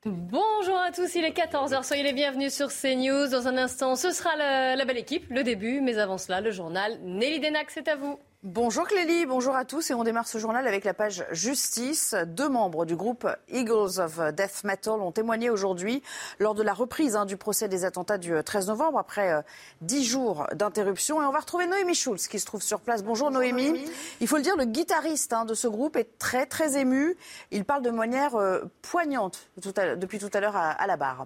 Bonjour à tous, il est 14h, soyez les bienvenus sur CNews. Dans un instant, ce sera la belle équipe, le début, mais avant cela, le journal. Nelly Denac, c'est à vous. Bonjour Clélie, bonjour à tous et on démarre ce journal avec la page justice. 2 membres du groupe Eagles of Death Metal ont témoigné aujourd'hui lors de la reprise du procès des attentats du 13 novembre après 10 jours d'interruption. Et on va retrouver Noémie Schulz qui se trouve sur place. Bonjour Noémie. Il faut le dire, le guitariste de ce groupe est très très ému. Il parle de manière poignante depuis tout à l'heure à la barre.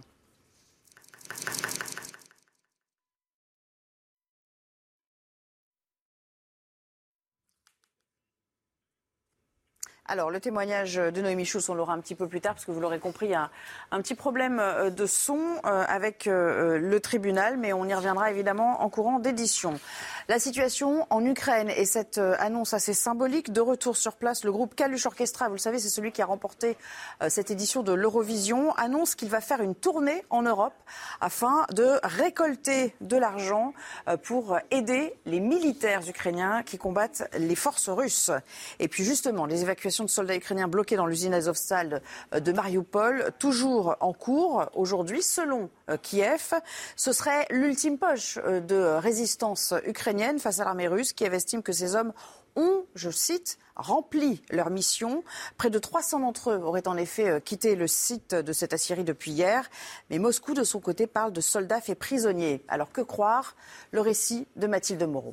Alors, le témoignage de Noémie Schulz, on l'aura un petit peu plus tard, parce que vous l'aurez compris, il y a un petit problème de son avec le tribunal, mais on y reviendra évidemment en courant d'édition. La situation en Ukraine et cette annonce assez symbolique. De retour sur place, le groupe Kalush Orchestra, vous le savez, c'est celui qui a remporté cette édition de l'Eurovision, annonce qu'il va faire une tournée en Europe afin de récolter de l'argent pour aider les militaires ukrainiens qui combattent les forces russes. Et puis justement, les évacuations de soldats ukrainiens bloqués dans l'usine Azovstal de Mariupol, toujours en cours aujourd'hui, selon Kiev. Ce serait l'ultime poche de résistance ukrainienne face à l'armée russe. Kiev estime que ces hommes ont, je cite, rempli leur mission. Près de 300 d'entre eux auraient en effet quitté le site de cette aciérie depuis hier. Mais Moscou, de son côté, parle de soldats faits prisonniers. Alors que croire ? Le récit de Mathilde Moreau.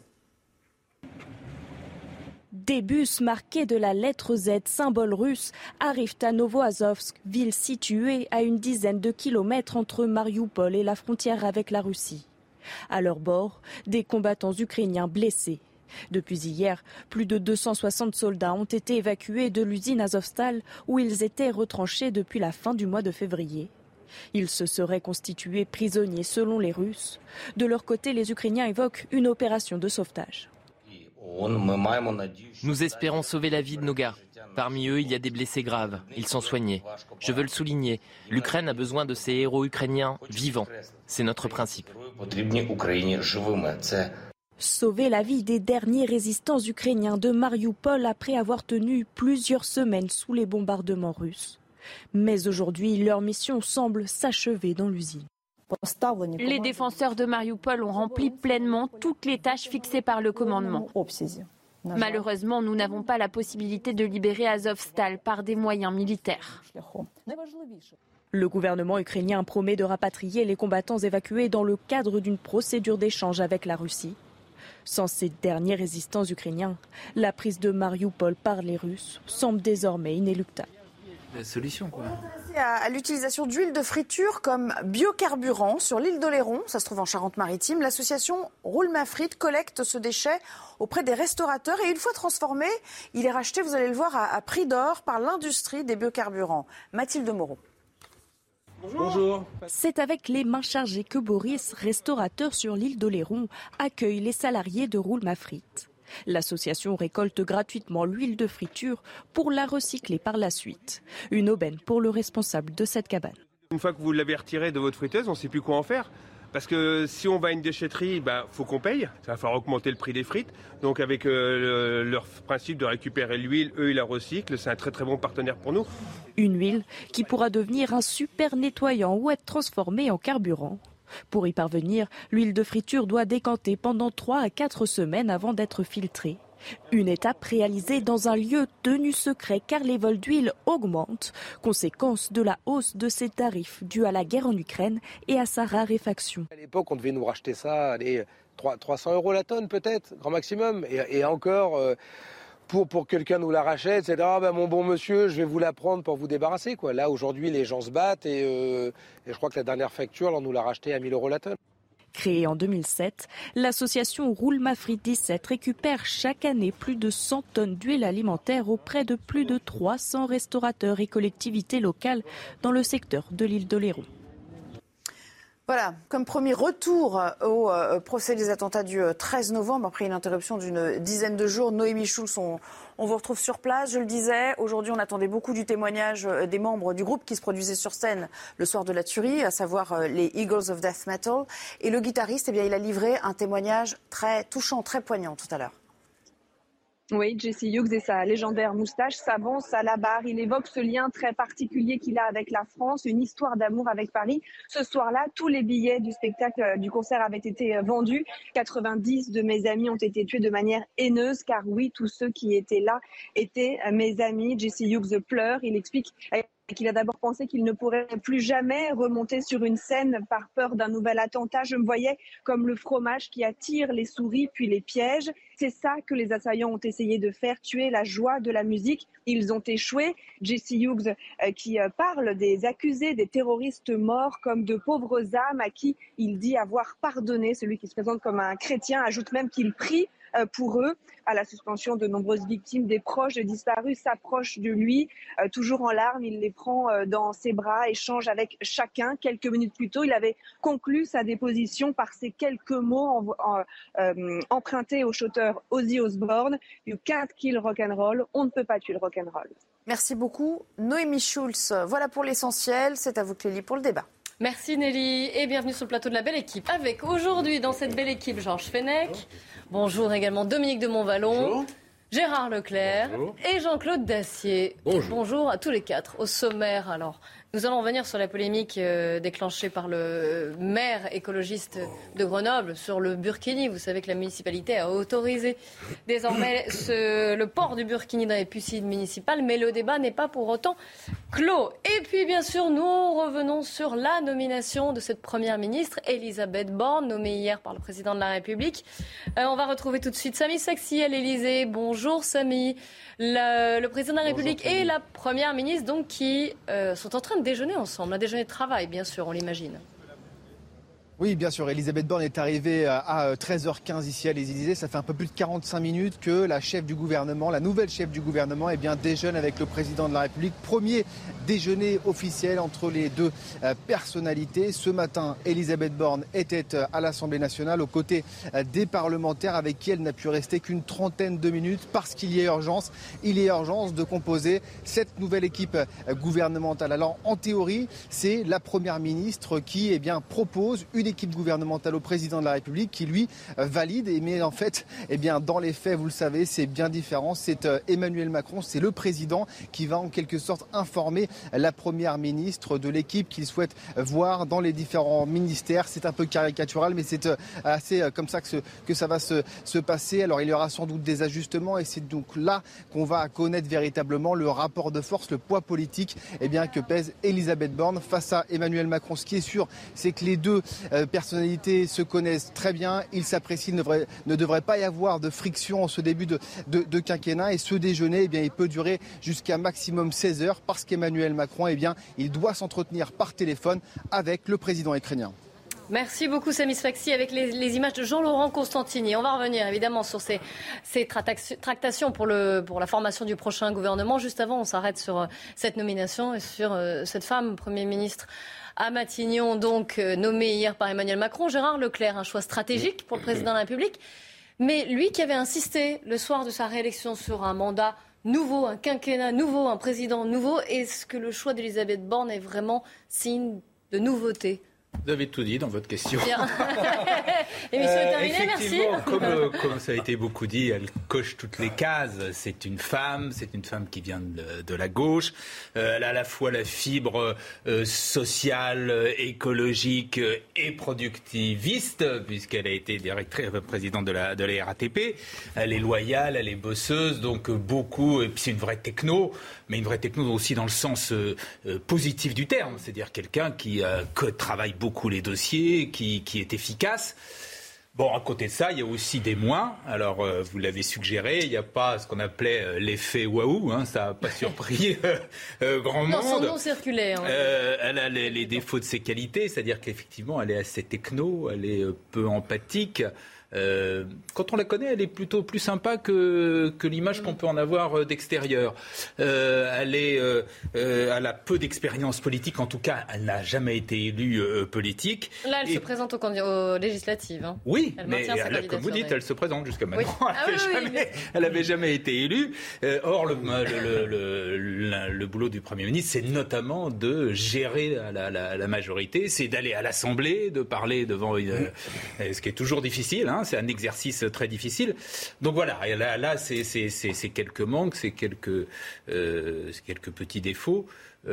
Des bus marqués de la lettre Z, symbole russe, arrivent à Novoazovsk, ville située à une dizaine de kilomètres entre Mariupol et la frontière avec la Russie. À leur bord, des combattants ukrainiens blessés. Depuis hier, plus de 260 soldats ont été évacués de l'usine Azovstal où ils étaient retranchés depuis la fin du mois de février. Ils se seraient constitués prisonniers selon les Russes. De leur côté, les Ukrainiens évoquent une opération de sauvetage. Nous espérons sauver la vie de nos gars. Parmi eux, il y a des blessés graves. Ils sont soignés. Je veux le souligner. L'Ukraine a besoin de ces héros ukrainiens vivants. C'est notre principe. Sauver la vie des derniers résistants ukrainiens de Mariupol après avoir tenu plusieurs semaines sous les bombardements russes. Mais aujourd'hui, leur mission semble s'achever dans l'usine. Les défenseurs de Mariupol ont rempli pleinement toutes les tâches fixées par le commandement. Malheureusement, nous n'avons pas la possibilité de libérer Azovstal par des moyens militaires. Le gouvernement ukrainien promet de rapatrier les combattants évacués dans le cadre d'une procédure d'échange avec la Russie. Sans ces derniers résistants ukrainiens, la prise de Mariupol par les Russes semble désormais inéluctable. La solution, quoi. À l'utilisation d'huile de friture comme biocarburant sur l'île d'Oléron, ça se trouve en Charente-Maritime. L'association Roule ma frite collecte ce déchet auprès des restaurateurs et une fois transformé, il est racheté, vous allez le voir, à prix d'or par l'industrie des biocarburants. Mathilde Moreau. Bonjour. C'est avec les mains chargées que Boris, restaurateur sur l'île d'Oléron, accueille les salariés de Roule ma frite. L'association récolte gratuitement l'huile de friture pour la recycler par la suite. Une aubaine pour le responsable de cette cabane. Une fois que vous l'avez retirée de votre friteuse, on ne sait plus quoi en faire. Parce que si on va à une déchetterie, faut qu'on paye. Ça va falloir augmenter le prix des frites. Donc avec leur principe de récupérer l'huile, eux ils la recyclent. C'est un très très bon partenaire pour nous. Une huile qui pourra devenir un super nettoyant ou être transformée en carburant. Pour y parvenir, l'huile de friture doit décanter pendant 3 à 4 semaines avant d'être filtrée. Une étape réalisée dans un lieu tenu secret car les vols d'huile augmentent, conséquence de la hausse de ces tarifs dus à la guerre en Ukraine et à sa raréfaction. À l'époque, on devait nous racheter ça, 300 € la tonne peut-être, grand maximum, et encore... Pour que quelqu'un nous la rachète, c'est mon bon monsieur, je vais vous la prendre pour vous débarrasser, quoi. Là, aujourd'hui, les gens se battent et je crois que la dernière facture, on nous l'a racheté à 1 000 € la tonne. Créée en 2007, l'association Roule ma frite 17 récupère chaque année plus de 100 tonnes d'huile alimentaire auprès de plus de 300 restaurateurs et collectivités locales dans le secteur de l'île d'Oléron. Voilà, comme premier retour au procès des attentats du 13 novembre, après une interruption d'une dizaine de jours. Noémie Schulz, on vous retrouve sur place, je le disais. Aujourd'hui, on attendait beaucoup du témoignage des membres du groupe qui se produisait sur scène le soir de la tuerie, à savoir les Eagles of Death Metal. Et le guitariste, il a livré un témoignage très touchant, très poignant tout à l'heure. Oui, Jesse Hughes et sa légendaire moustache s'avancent à la barre. Il évoque ce lien très particulier qu'il a avec la France, une histoire d'amour avec Paris. Ce soir-là, tous les billets du spectacle, du concert avaient été vendus. 90 de mes amis ont été tués de manière haineuse, car oui, tous ceux qui étaient là étaient mes amis. Jesse Hughes pleure. Il explique qu'il a d'abord pensé qu'il ne pourrait plus jamais remonter sur une scène par peur d'un nouvel attentat. Je me voyais comme le fromage qui attire les souris puis les piège. C'est ça que les assaillants ont essayé de faire, tuer la joie de la musique. Ils ont échoué. Jesse Hughes qui parle des accusés, des terroristes morts comme de pauvres âmes à qui il dit avoir pardonné. Celui qui se présente comme un chrétien ajoute même qu'il prie pour eux. À la suspension, de nombreuses victimes, des proches de disparus s'approchent de lui. Toujours en larmes, il les prend dans ses bras, échange avec chacun. Quelques minutes plus tôt, il avait conclu sa déposition par ces quelques mots empruntés au chanteur Ozzy Osbourne. You can't kill rock'n'roll. On ne peut pas tuer le rock'n'roll. Merci beaucoup, Noémie Schulz. Voilà pour l'essentiel. C'est à vous, Clélie, pour le débat. Merci Nelly et bienvenue sur le plateau de la Belle Équipe. Avec aujourd'hui dans cette Belle Équipe Georges Fenech. Bonjour également Dominique de Montvalon. Bonjour. Gérard Leclerc. Bonjour. Et Jean-Claude Dacier. Bonjour à tous les quatre. Au sommaire, alors, nous allons revenir sur la polémique déclenchée par le maire écologiste de Grenoble sur le burkini. Vous savez que la municipalité a autorisé désormais le port du burkini dans les piscines municipales, mais le débat n'est pas pour autant clos. Et puis bien sûr, nous revenons sur la nomination de cette première ministre, Elisabeth Borne, nommée hier par le président de la République. On va retrouver tout de suite Samy Sfaxi à l'Élysée. Bonjour Samy. Le président de la République et la première ministre donc qui sont en train de déjeuner ensemble, un déjeuner de travail bien sûr, on l'imagine. Oui, bien sûr. Elisabeth Borne est arrivée à 13h15 ici à l'Élysée. Ça fait un peu plus de 45 minutes que la chef du gouvernement, la nouvelle chef du gouvernement, déjeune avec le président de la République. Premier déjeuner officiel entre les deux personnalités. Ce matin, Elisabeth Borne était à l'Assemblée nationale aux côtés des parlementaires avec qui elle n'a pu rester qu'une trentaine de minutes parce qu'il y a urgence. Il y a urgence de composer cette nouvelle équipe gouvernementale. Alors, en théorie, c'est la première ministre qui propose une équipe gouvernementale au président de la République qui, lui, valide. Mais en fait, dans les faits, vous le savez, c'est bien différent. C'est Emmanuel Macron, c'est le président qui va en quelque sorte informer la première ministre de l'équipe qu'il souhaite voir dans les différents ministères. C'est un peu caricatural, mais c'est assez comme ça que ça va se passer. Alors, il y aura sans doute des ajustements et c'est donc là qu'on va connaître véritablement le rapport de force, le poids politique que pèse Elisabeth Borne face à Emmanuel Macron. Ce qui est sûr, c'est que les deux personnalités se connaissent très bien, ils s'apprécient, il ne devrait pas y avoir de friction en ce début de quinquennat et ce déjeuner il peut durer jusqu'à maximum 16 heures parce qu'Emmanuel Macron il doit s'entretenir par téléphone avec le président ukrainien. Merci beaucoup Samy Sfaxi avec les images de Jean-Laurent Constantini. On va revenir évidemment sur ces tractations pour la formation du prochain gouvernement. Juste avant, on s'arrête sur cette nomination et sur cette femme Premier ministre à Matignon, donc nommée hier par Emmanuel Macron. Gérard Leclerc, un choix stratégique pour le président de la République. Mais lui qui avait insisté le soir de sa réélection sur un mandat nouveau, un quinquennat nouveau, un président nouveau, est-ce que le choix d'Elisabeth Borne est vraiment signe de nouveauté ? Vous avez tout dit dans votre question. Bien. L'émission est terminée, effectivement, merci. Comme ça a été beaucoup dit, elle coche toutes les cases. C'est une femme qui vient de la gauche. Elle a à la fois la fibre sociale, écologique et productiviste, puisqu'elle a été présidente de la RATP. Elle est loyale, elle est bosseuse, donc beaucoup. Et puis c'est une vraie techno, mais une vraie techno aussi dans le sens positif du terme, c'est-à-dire quelqu'un qui travaille beaucoup les dossiers, qui est efficace. Bon, à côté de ça, il y a aussi des moins. Alors, vous l'avez suggéré, il n'y a pas ce qu'on appelait l'effet waouh, ça n'a pas surpris grand monde. Son nom circulait. Elle a les défauts de ses qualités, c'est-à-dire qu'effectivement, elle est assez techno, elle est peu empathique. Quand on la connaît, elle est plutôt plus sympa que l'image qu'on peut en avoir d'extérieur. Elle a peu d'expérience politique, en tout cas, elle n'a jamais été élue politique. Là, elle se présente aux législatives. Oui, mais comme vous dites, elle se présente jusqu'à maintenant. Oui. Elle n'avait jamais été élue. Or, le boulot du Premier ministre, c'est notamment de gérer la majorité, c'est d'aller à l'Assemblée, de parler devant ce qui est toujours difficile, c'est un exercice très difficile. Donc voilà, et là c'est quelques manques, c'est quelques petits défauts.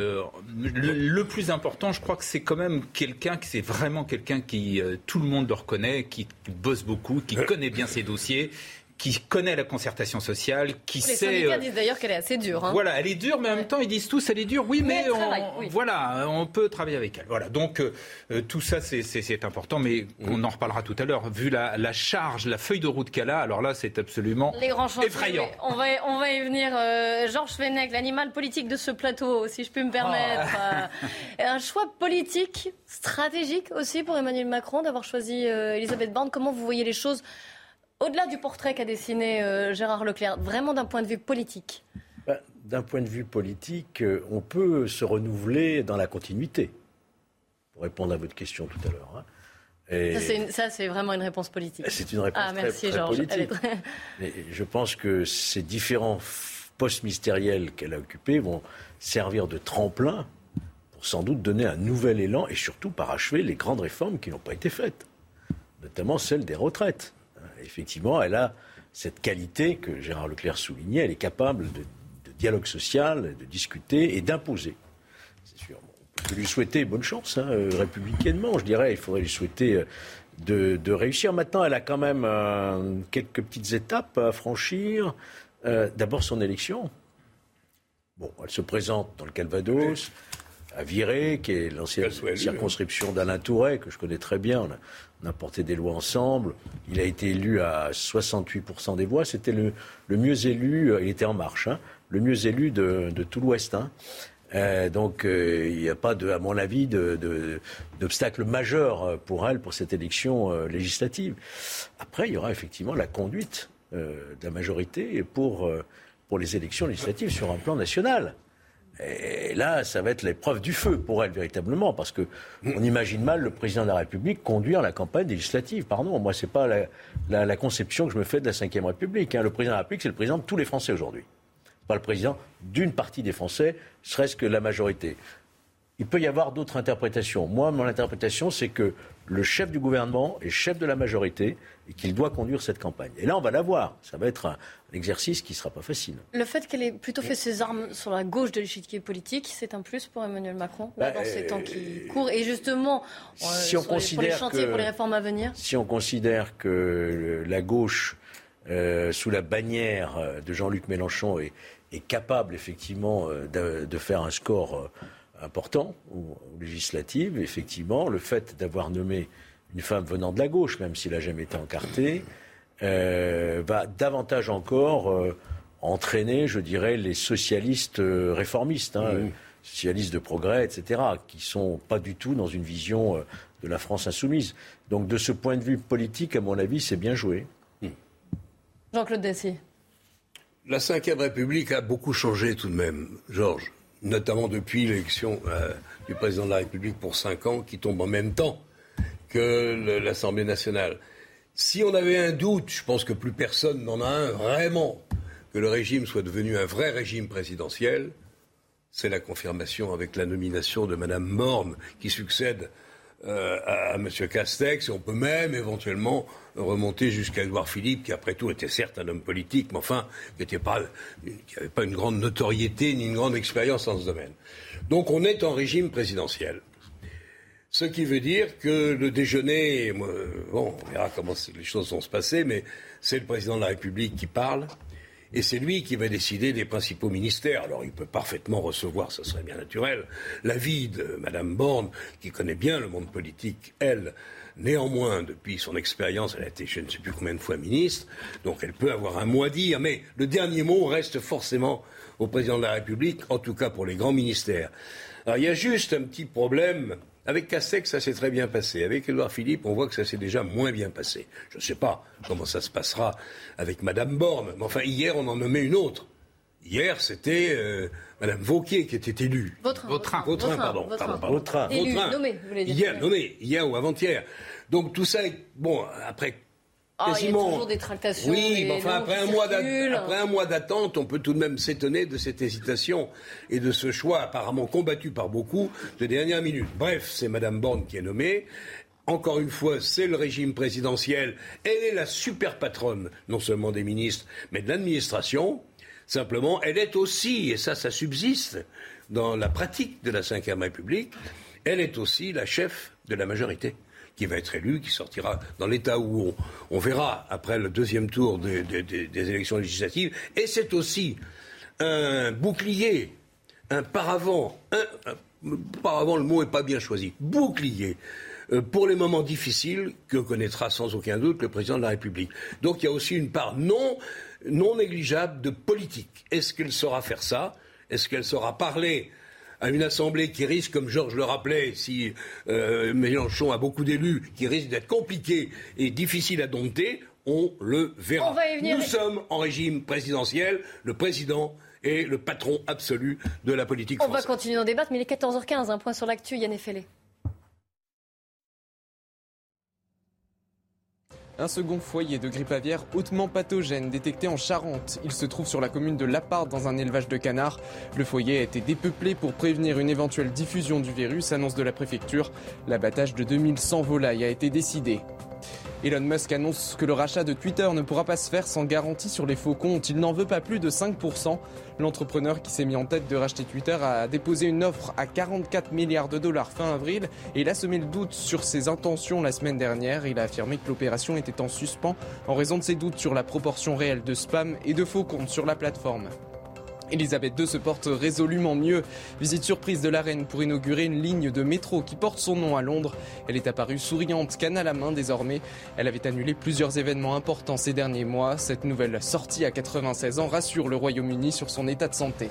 Le plus important, je crois que c'est quand même c'est vraiment quelqu'un qui, tout le monde le reconnaît, qui bosse beaucoup, qui connaît bien ses dossiers, qui connaît la concertation sociale, qui sait... Les syndicats disent d'ailleurs qu'elle est assez dure. Voilà, elle est dure, mais en même temps, ils disent tous, elle est dure. Oui, mais voilà, on peut travailler avec elle. Voilà, donc tout ça, c'est important, mais on en reparlera tout à l'heure. Vu la charge, la feuille de route qu'elle a, alors là, c'est absolument effrayant. On va y venir. Georges Fenech, l'animal politique de ce plateau, si je peux me permettre. Un choix politique, stratégique aussi pour Emmanuel Macron d'avoir choisi Elisabeth Borne. Comment vous voyez les choses au-delà du portrait qu'a dessiné Gérard Leclerc, vraiment d'un point de vue politique? D'un point de vue politique, on peut se renouveler dans la continuité, pour répondre à votre question tout à l'heure. Ça, c'est vraiment une réponse politique. C'est une réponse très politique. Mais je pense que ces différents postes ministériels qu'elle a occupés vont servir de tremplin pour sans doute donner un nouvel élan et surtout parachever les grandes réformes qui n'ont pas été faites, notamment celle des retraites. Effectivement, elle a cette qualité que Gérard Leclerc soulignait, elle est capable de dialogue social, de discuter et d'imposer. C'est sûr. On peut lui souhaiter bonne chance, républicainement, je dirais. Il faudrait lui souhaiter de réussir. Maintenant, elle a quand même quelques petites étapes à franchir. D'abord, son élection. Bon, elle se présente dans le Calvados, à Viré, qui est l'ancienne circonscription d'Alain Tourret, que je connais très bien. On a porté des lois ensemble. Il a été élu à 68% des voix. C'était le mieux élu, il était En Marche, le mieux élu de tout l'Ouest. Donc il n'y a pas, à mon avis, d'obstacle majeur pour elle, pour cette élection législative. Après, il y aura effectivement la conduite de la majorité pour les élections législatives sur un plan national. Et là, ça va être l'épreuve du feu pour elle, véritablement, parce qu'on imagine mal le président de la République conduire la campagne législative. Pardon, moi, c'est pas la conception que je me fais de la Ve République. Le président de la République, c'est le président de tous les Français aujourd'hui. Pas le président d'une partie des Français, serait-ce que la majorité. Il peut y avoir d'autres interprétations. Moi, mon interprétation, c'est que le chef du gouvernement est chef de la majorité et qu'il doit conduire cette campagne. Et là, on va la voir. Ça va être un exercice qui ne sera pas facile. Le fait qu'elle ait plutôt fait ses armes sur la gauche de l'échiquier politique, c'est un plus pour Emmanuel Macron, dans ces temps qui courent. Et justement, pour les chantiers, pour les réformes à venir. Si on considère que la gauche, sous la bannière de Jean-Luc Mélenchon, est capable, effectivement, de faire un score important aux législatives, effectivement, le fait d'avoir nommé une femme venant de la gauche, même s'il n'a jamais été encarté, va davantage encore entraîner, je dirais, les socialistes réformistes, socialistes de progrès, etc., qui ne sont pas du tout dans une vision de la France insoumise. Donc de ce point de vue politique, à mon avis, c'est bien joué. Jean-Claude Dacier. La Ve République a beaucoup changé tout de même, Georges. Notamment depuis l'élection du président de la République pour 5 ans, qui tombe en même temps que l'Assemblée nationale. Si on avait un doute, je pense que plus personne n'en a un vraiment, que le régime soit devenu un vrai régime présidentiel, c'est la confirmation avec la nomination de Mme Borne, qui succède à M. Castex, et on peut même éventuellement remonter jusqu'à Édouard Philippe, qui après tout était certes un homme politique, mais enfin qui n'avait pas une grande notoriété ni une grande expérience dans ce domaine. Donc on est en régime présidentiel. Ce qui veut dire que le déjeuner, on verra comment les choses vont se passer, mais c'est le président de la République qui parle. Et c'est lui qui va décider des principaux ministères. Alors il peut parfaitement recevoir, ce serait bien naturel, l'avis de Mme Borne, qui connaît bien le monde politique, elle. Néanmoins, depuis son expérience, elle a été je ne sais plus combien de fois ministre, donc elle peut avoir un mot à dire, mais le dernier mot reste forcément au président de la République, en tout cas pour les grands ministères. Alors il y a juste un petit problème. Avec Castex, ça s'est très bien passé. Avec Édouard Philippe, on voit que ça s'est déjà moins bien passé. Je ne sais pas comment ça se passera avec Mme Borne. Mais enfin, hier, on en nommait une autre. Hier, c'était Mme Wauquiez qui était élue. Vautrin, pardon. Élu, nommé, vous voulez dire. Hier, nommé, hier ou avant-hier. Donc tout ça est... Bon, après... Il y a toujours des tractations. Oui, mais enfin, après un mois d'attente, on peut tout de même s'étonner de cette hésitation et de ce choix apparemment combattu par beaucoup de dernière minute. Bref, c'est Mme Borne qui est nommée. Encore une fois, c'est le régime présidentiel. Elle est la super patronne, non seulement des ministres, mais de l'administration. Simplement, elle est aussi, et ça subsiste dans la pratique de la Ve République, elle est aussi la chef de la majorité, qui va être élue, qui sortira dans l'état où on verra après le deuxième tour des élections législatives. Et c'est aussi un bouclier, un paravent, paravent, le mot n'est pas bien choisi, bouclier, pour les moments difficiles que connaîtra sans aucun doute le président de la République. Donc il y a aussi une part non négligeable de politique. Est-ce qu'elle saura faire ça ? Est-ce qu'elle saura parler à une assemblée qui risque, comme Georges le rappelait, si Mélenchon a beaucoup d'élus, qui risque d'être compliquée et difficile à dompter ? On le verra. Nous sommes en régime présidentiel. Le président est le patron absolu de la politique française. On va continuer d'en débattre, mais il est 14h15. Un point sur l'actu, Yann Effelé. Un second foyer de grippe aviaire hautement pathogène détecté en Charente. Il se trouve sur la commune de Lapart dans un élevage de canards. Le foyer a été dépeuplé pour prévenir une éventuelle diffusion du virus, annonce de la préfecture. L'abattage de 2100 volailles a été décidé. Elon Musk annonce que le rachat de Twitter ne pourra pas se faire sans garantie sur les faux comptes. Il n'en veut pas plus de 5%. L'entrepreneur qui s'est mis en tête de racheter Twitter a déposé une offre à 44 milliards de dollars fin avril et il a semé le doute sur ses intentions la semaine dernière. Il a affirmé que l'opération était en suspens en raison de ses doutes sur la proportion réelle de spam et de faux comptes sur la plateforme. Elisabeth II se porte résolument mieux. Visite surprise de la reine pour inaugurer une ligne de métro qui porte son nom à Londres. Elle est apparue souriante, canne à la main désormais. Elle avait annulé plusieurs événements importants ces derniers mois. Cette nouvelle sortie à 96 ans rassure le Royaume-Uni sur son état de santé.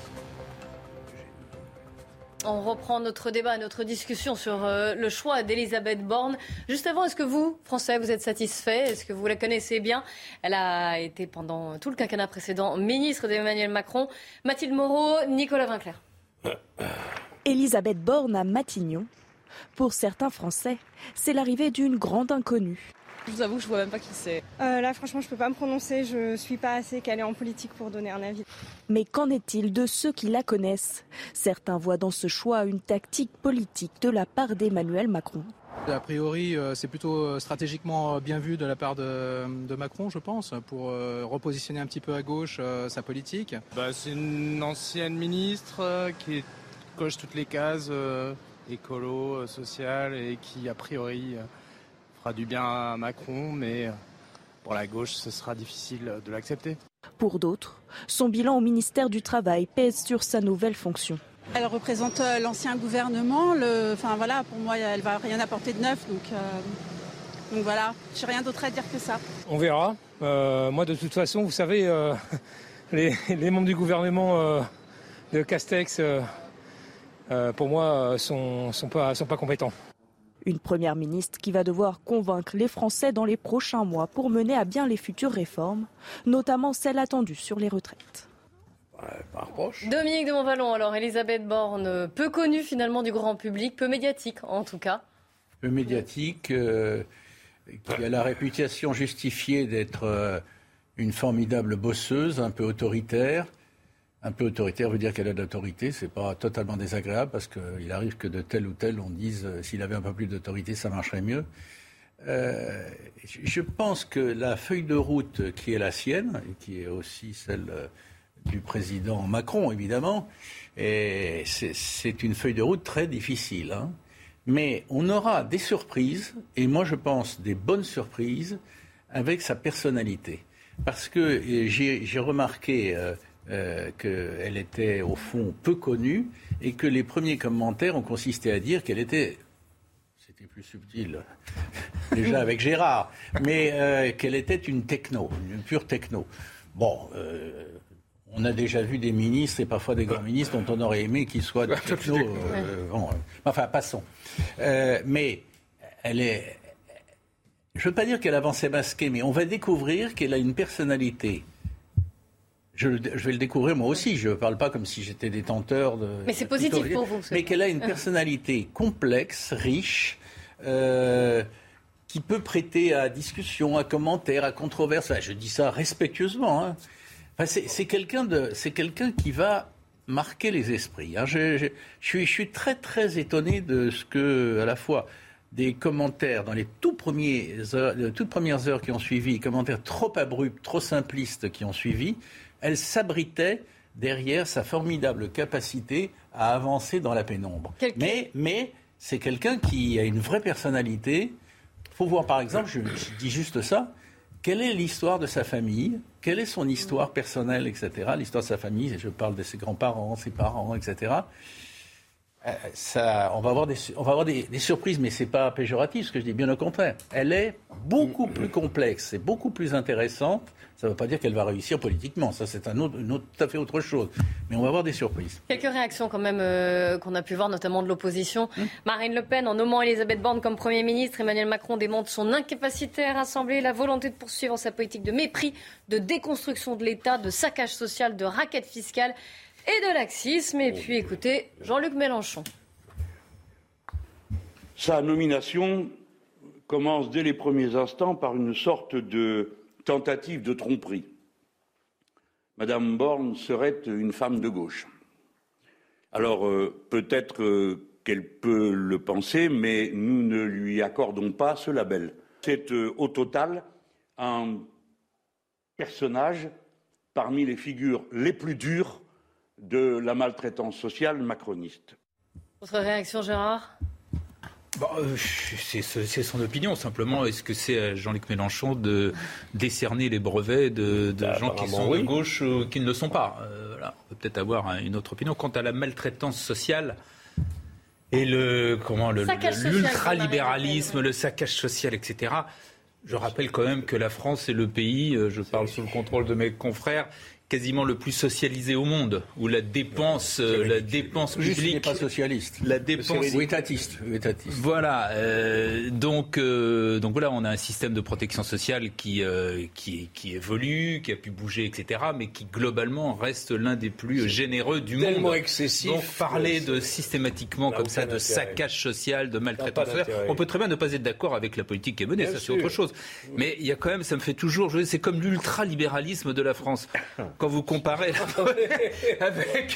On reprend notre débat, notre discussion sur le choix d'Elisabeth Borne. Juste avant, est-ce que vous, Français, vous êtes satisfait ? Est-ce que vous la connaissez bien ? Elle a été pendant tout le quinquennat précédent ministre d'Emmanuel Macron. Mathilde Moreau, Nicolas Vinclair. Elisabeth Borne à Matignon. Pour certains Français, c'est l'arrivée d'une grande inconnue. Je vous avoue que je ne vois même pas qui c'est. Là, franchement, je ne peux pas me prononcer. Je ne suis pas assez calée en politique pour donner un avis. Mais qu'en est-il de ceux qui la connaissent ? Certains voient dans ce choix une tactique politique de la part d'Emmanuel Macron. A priori, c'est plutôt stratégiquement bien vu de la part de Macron, je pense, pour repositionner un petit peu à gauche sa politique. C'est une ancienne ministre qui coche toutes les cases écolo, sociales et qui, a priori, fera du bien à Macron, mais pour la gauche, ce sera difficile de l'accepter. Pour d'autres, son bilan au ministère du Travail pèse sur sa nouvelle fonction. Elle représente l'ancien gouvernement. Pour moi, elle ne va rien apporter de neuf. Donc voilà, je n'ai rien d'autre à dire que ça. On verra. Moi, de toute façon, vous savez, les membres du gouvernement de Castex, pour moi, sont pas compétents. Une première ministre qui va devoir convaincre les Français dans les prochains mois pour mener à bien les futures réformes, notamment celles attendues sur les retraites. Dominique de Montvalon, alors Elisabeth Borne, peu connue finalement du grand public, peu médiatique en tout cas. Peu médiatique, qui a la réputation justifiée d'être une formidable bosseuse, un peu autoritaire. Un peu autoritaire veut dire qu'elle a de l'autorité, c'est pas totalement désagréable parce qu'il arrive que de tel ou tel on dise s'il avait un peu plus d'autorité ça marcherait mieux. Je pense que la feuille de route qui est la sienne, et qui est aussi celle du président Macron évidemment, et c'est une feuille de route très difficile. Hein. Mais on aura des surprises, et moi je pense des bonnes surprises, avec sa personnalité. Parce que j'ai remarqué... qu'elle était au fond peu connue et que les premiers commentaires ont consisté à dire qu'elle était, c'était plus subtil déjà avec Gérard, mais qu'elle était une pure techno. Bon, on a déjà vu des ministres et parfois des grands ministres dont on aurait aimé qu'ils soient des techno. Enfin, passons. Mais elle est, je ne veux pas dire qu'elle avançait masquée, mais on va découvrir qu'elle a une personnalité. Je vais le découvrir moi aussi, je ne parle pas comme si j'étais détenteur de... Mais c'est positif pour vous. Mais qu'elle a une personnalité complexe, riche, qui peut prêter à discussion, à commentaire, à controverse. Je dis ça respectueusement. Hein. Enfin, c'est quelqu'un qui va marquer les esprits. Hein. Je suis très très étonné de ce que, à la fois, des commentaires dans les toutes premières heures qui ont suivi, commentaires trop abrupts, trop simplistes qui ont suivi, elle s'abritait derrière sa formidable capacité à avancer dans la pénombre. Mais c'est quelqu'un qui a une vraie personnalité. Il faut voir, par exemple, je dis juste ça, quelle est l'histoire de sa famille, quelle est son histoire personnelle, etc. L'histoire de sa famille, je parle de ses grands-parents, ses parents, etc. On va avoir des surprises, mais ce n'est pas péjoratif ce que je dis, bien au contraire. Elle est beaucoup plus complexe et beaucoup plus intéressante. Ça ne veut pas dire qu'elle va réussir politiquement, ça c'est tout à fait autre chose. Mais on va avoir des surprises. Quelques réactions quand même qu'on a pu voir, notamment de l'opposition. Marine Le Pen, en nommant Elisabeth Borne comme Premier ministre, Emmanuel Macron démontre son incapacité à rassembler, la volonté de poursuivre sa politique de mépris, de déconstruction de l'État, de saccage social, de raquette fiscale et de laxisme. Et puis écoutez, Jean-Luc Mélenchon. Sa nomination commence dès les premiers instants par une sorte de tentative de tromperie. Madame Borne serait une femme de gauche. Alors peut-être qu'elle peut le penser, mais nous ne lui accordons pas ce label. C'est au total un personnage parmi les figures les plus dures de la maltraitance sociale macroniste. Votre réaction, Gérard ? C'est son opinion, simplement. Est-ce que c'est à Jean-Luc Mélenchon de décerner les brevets de gens qui sont de gauche ou qui ne le sont pas voilà. On peut peut-être avoir une autre opinion. Quant à la maltraitance sociale et l'ultralibéralisme, le saccage social, etc., je rappelle quand même que la France est le pays, je parle sous le contrôle de mes confrères, quasiment le plus socialisé au monde, où la dépense publique... Il n'est pas socialiste. La dépense... Ou étatiste. Voilà. Donc voilà, on a un système de protection sociale qui évolue, qui a pu bouger, etc., mais qui globalement reste l'un des plus généreux du monde. Tellement excessif. Donc parler de systématiquement comme ça, de saccage social, de maltraitance sociale, on peut très bien ne pas être d'accord avec la politique qui est menée, c'est autre chose. Mais il y a quand même, ça me fait toujours... C'est comme l'ultralibéralisme de la France. Quand vous comparez avec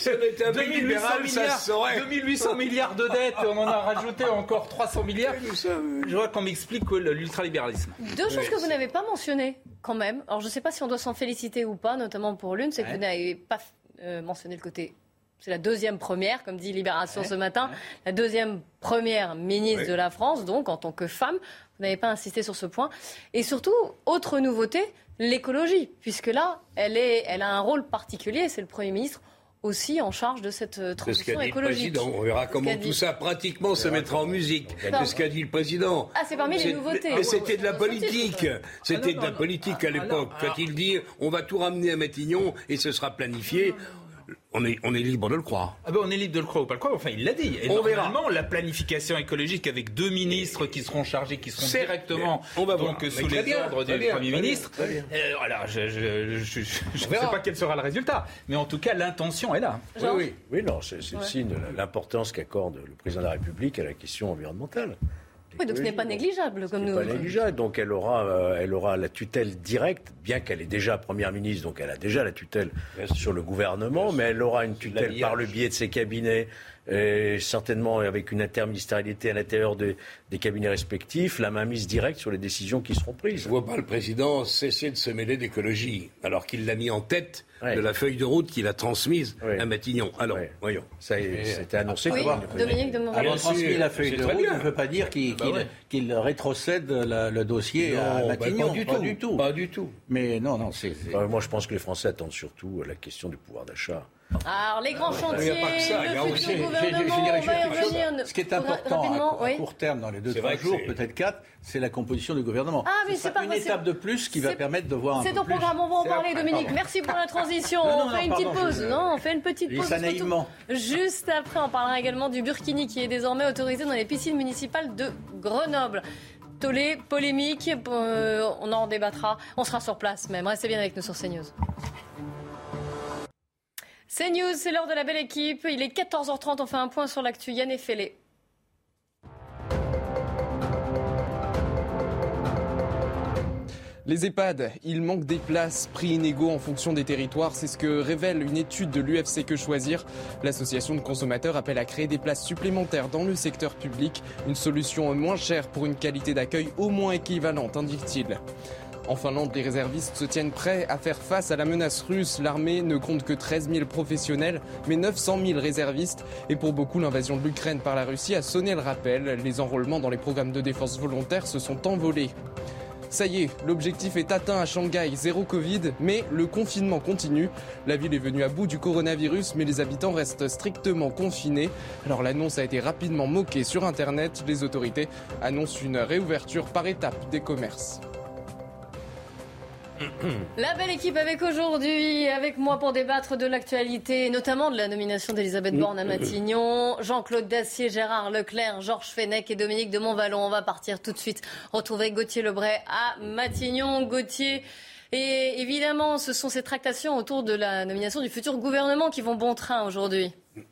2800 milliards de dettes, on en a rajouté encore 300 milliards, je vois qu'on m'explique l'ultralibéralisme. Deux choses que vous n'avez pas mentionnées quand même. Alors je ne sais pas si on doit s'en féliciter ou pas, notamment pour l'une, c'est que vous n'avez pas mentionné le côté... C'est la deuxième première, comme dit Libération ce matin, la deuxième première ministre de la France, donc en tant que femme. Vous n'avez pas insisté sur ce point. Et surtout, autre nouveauté, l'écologie, puisque là, elle a un rôle particulier. C'est le Premier ministre aussi en charge de cette transition écologique. On verra comment tout ça pratiquement se mettra en musique. C'est ce qu'a dit le président. Ah, c'est parmi les nouveautés. Mais c'était de la politique. C'était de la politique à l'époque. Quand il dit on va tout ramener à Matignon et ce sera planifié. On est libre de le croire. On est libre de le croire ou pas le croire. Enfin, il l'a dit. Et normalement, la planification écoligique avec deux ministres qui seront chargés, qui seront directement sous les ordres du Premier ministre. Alors, je ne sais pas quel sera le résultat. Mais en tout cas, l'intention est là. Oui, non, c'est le signe de l'importance qu'accorde le président de la République à la question environnementale. Oui, donc ce n'est pas négligeable comme nous. Pas négligeable, donc elle aura la tutelle directe, bien qu'elle est déjà première ministre, donc elle a déjà la tutelle sur le gouvernement, mais elle aura une tutelle par le biais de ses cabinets, et certainement avec une interministérialité à l'intérieur des cabinets respectifs, la mainmise directe sur les décisions qui seront prises. Je ne vois pas le président cesser de se mêler d'écologie, alors qu'il l'a mis en tête de la feuille de route qu'il a transmise à Matignon. Alors, voyons. Ça c'était annoncé. Dominique de Montvalon. Avoir transmis la feuille de route ne veut pas dire qu'il rétrocède le dossier à Matignon. Pas du tout. Mais non, moi je pense que les Français attendent surtout la question du pouvoir d'achat. Alors, les grands chantiers, le futur gouvernement, on va y revenir. Ce qui est important à court terme, dans les 2-3 jours, peut-être 4, c'est la composition du gouvernement. Ah, mais c'est pas une étape de plus qui va permettre de voir un peu plus. C'est au programme, on va en parler, Dominique. Merci pour la transition. On fait une petite pause. Non, on fait une petite pause. Juste après, on parlera également du burkini qui est désormais autorisé dans les piscines municipales de Grenoble. Tollé, polémique, on en débattra. On sera sur place même. Restez bien avec nous sur CNews. CNews, c'est l'heure de la belle équipe. Il est 14h30, on fait un point sur l'actu. Yann Effelé. Les EHPAD, il manque des places, prix inégaux en fonction des territoires. C'est ce que révèle une étude de l'UFC Que Choisir. L'association de consommateurs appelle à créer des places supplémentaires dans le secteur public. Une solution moins chère pour une qualité d'accueil au moins équivalente, indique-t-il. En Finlande, les réservistes se tiennent prêts à faire face à la menace russe. L'armée ne compte que 13 000 professionnels, mais 900 000 réservistes. Et pour beaucoup, l'invasion de l'Ukraine par la Russie a sonné le rappel. Les enrôlements dans les programmes de défense volontaire se sont envolés. Ça y est, l'objectif est atteint à Shanghai, 0 Covid, mais le confinement continue. La ville est venue à bout du coronavirus, mais les habitants restent strictement confinés. Alors l'annonce a été rapidement moquée sur Internet. Les autorités annoncent une réouverture par étapes des commerces. La belle équipe avec moi pour débattre de l'actualité, notamment de la nomination d'Elisabeth Borne à Matignon, Jean-Claude Dacier, Gérard Leclerc, Georges Fenech et Dominique de Montvalon. On va partir tout de suite retrouver Gauthier Lebret à Matignon. Gauthier, et évidemment, ce sont ces tractations autour de la nomination du futur gouvernement qui vont bon train aujourd'hui.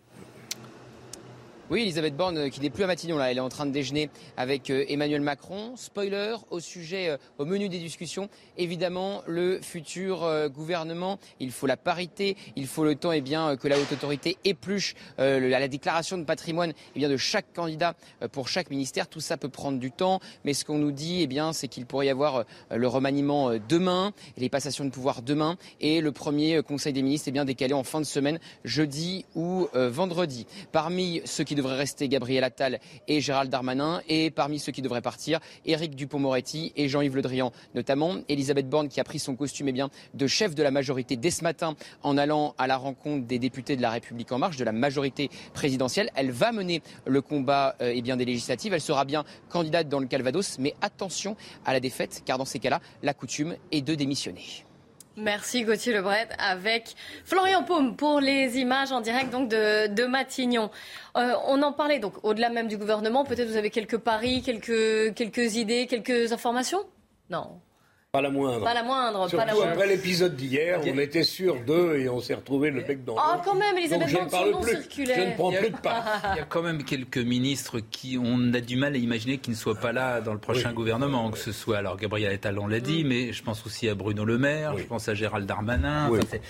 Oui, Elisabeth Borne qui n'est plus à Matignon, là, elle est en train de déjeuner avec Emmanuel Macron. Spoiler au menu des discussions, évidemment le futur gouvernement. Il faut la parité, il faut le temps que la haute autorité épluche la déclaration de patrimoine de chaque candidat pour chaque ministère. Tout ça peut prendre du temps, mais ce qu'on nous dit, c'est qu'il pourrait y avoir le remaniement demain, les passations de pouvoir demain et le premier conseil des ministres décalé en fin de semaine, jeudi ou vendredi. Parmi ceux qui devraient rester, Gabriel Attal et Gérald Darmanin, et parmi ceux qui devraient partir, Éric Dupond-Moretti et Jean-Yves Le Drian notamment. Elisabeth Borne qui a pris son costume de chef de la majorité dès ce matin en allant à la rencontre des députés de La République En Marche, de la majorité présidentielle. Elle va mener le combat des législatives. Elle sera bien candidate dans le Calvados, mais attention à la défaite, car dans ces cas-là, la coutume est de démissionner. Merci Gauthier Lebret avec Florian Paume pour les images en direct de Matignon. On en parlait donc au-delà même du gouvernement. Peut-être vous avez quelques paris, quelques idées, quelques informations ? Non. Pas la moindre. Surtout après l'épisode d'hier, on était sûr d'eux et on s'est retrouvé le bec dans l'eau. Ah, quand même, Elisabeth Borne sur le non circulaire. Je ne prends plus de part. Il y a quand même quelques ministres qui on a du mal à imaginer qu'ils ne soient pas là dans le prochain gouvernement. Que ce soit, alors Gabriel Attal, on l'a dit, mais je pense aussi à Bruno Le Maire, je pense à Gérald Darmanin.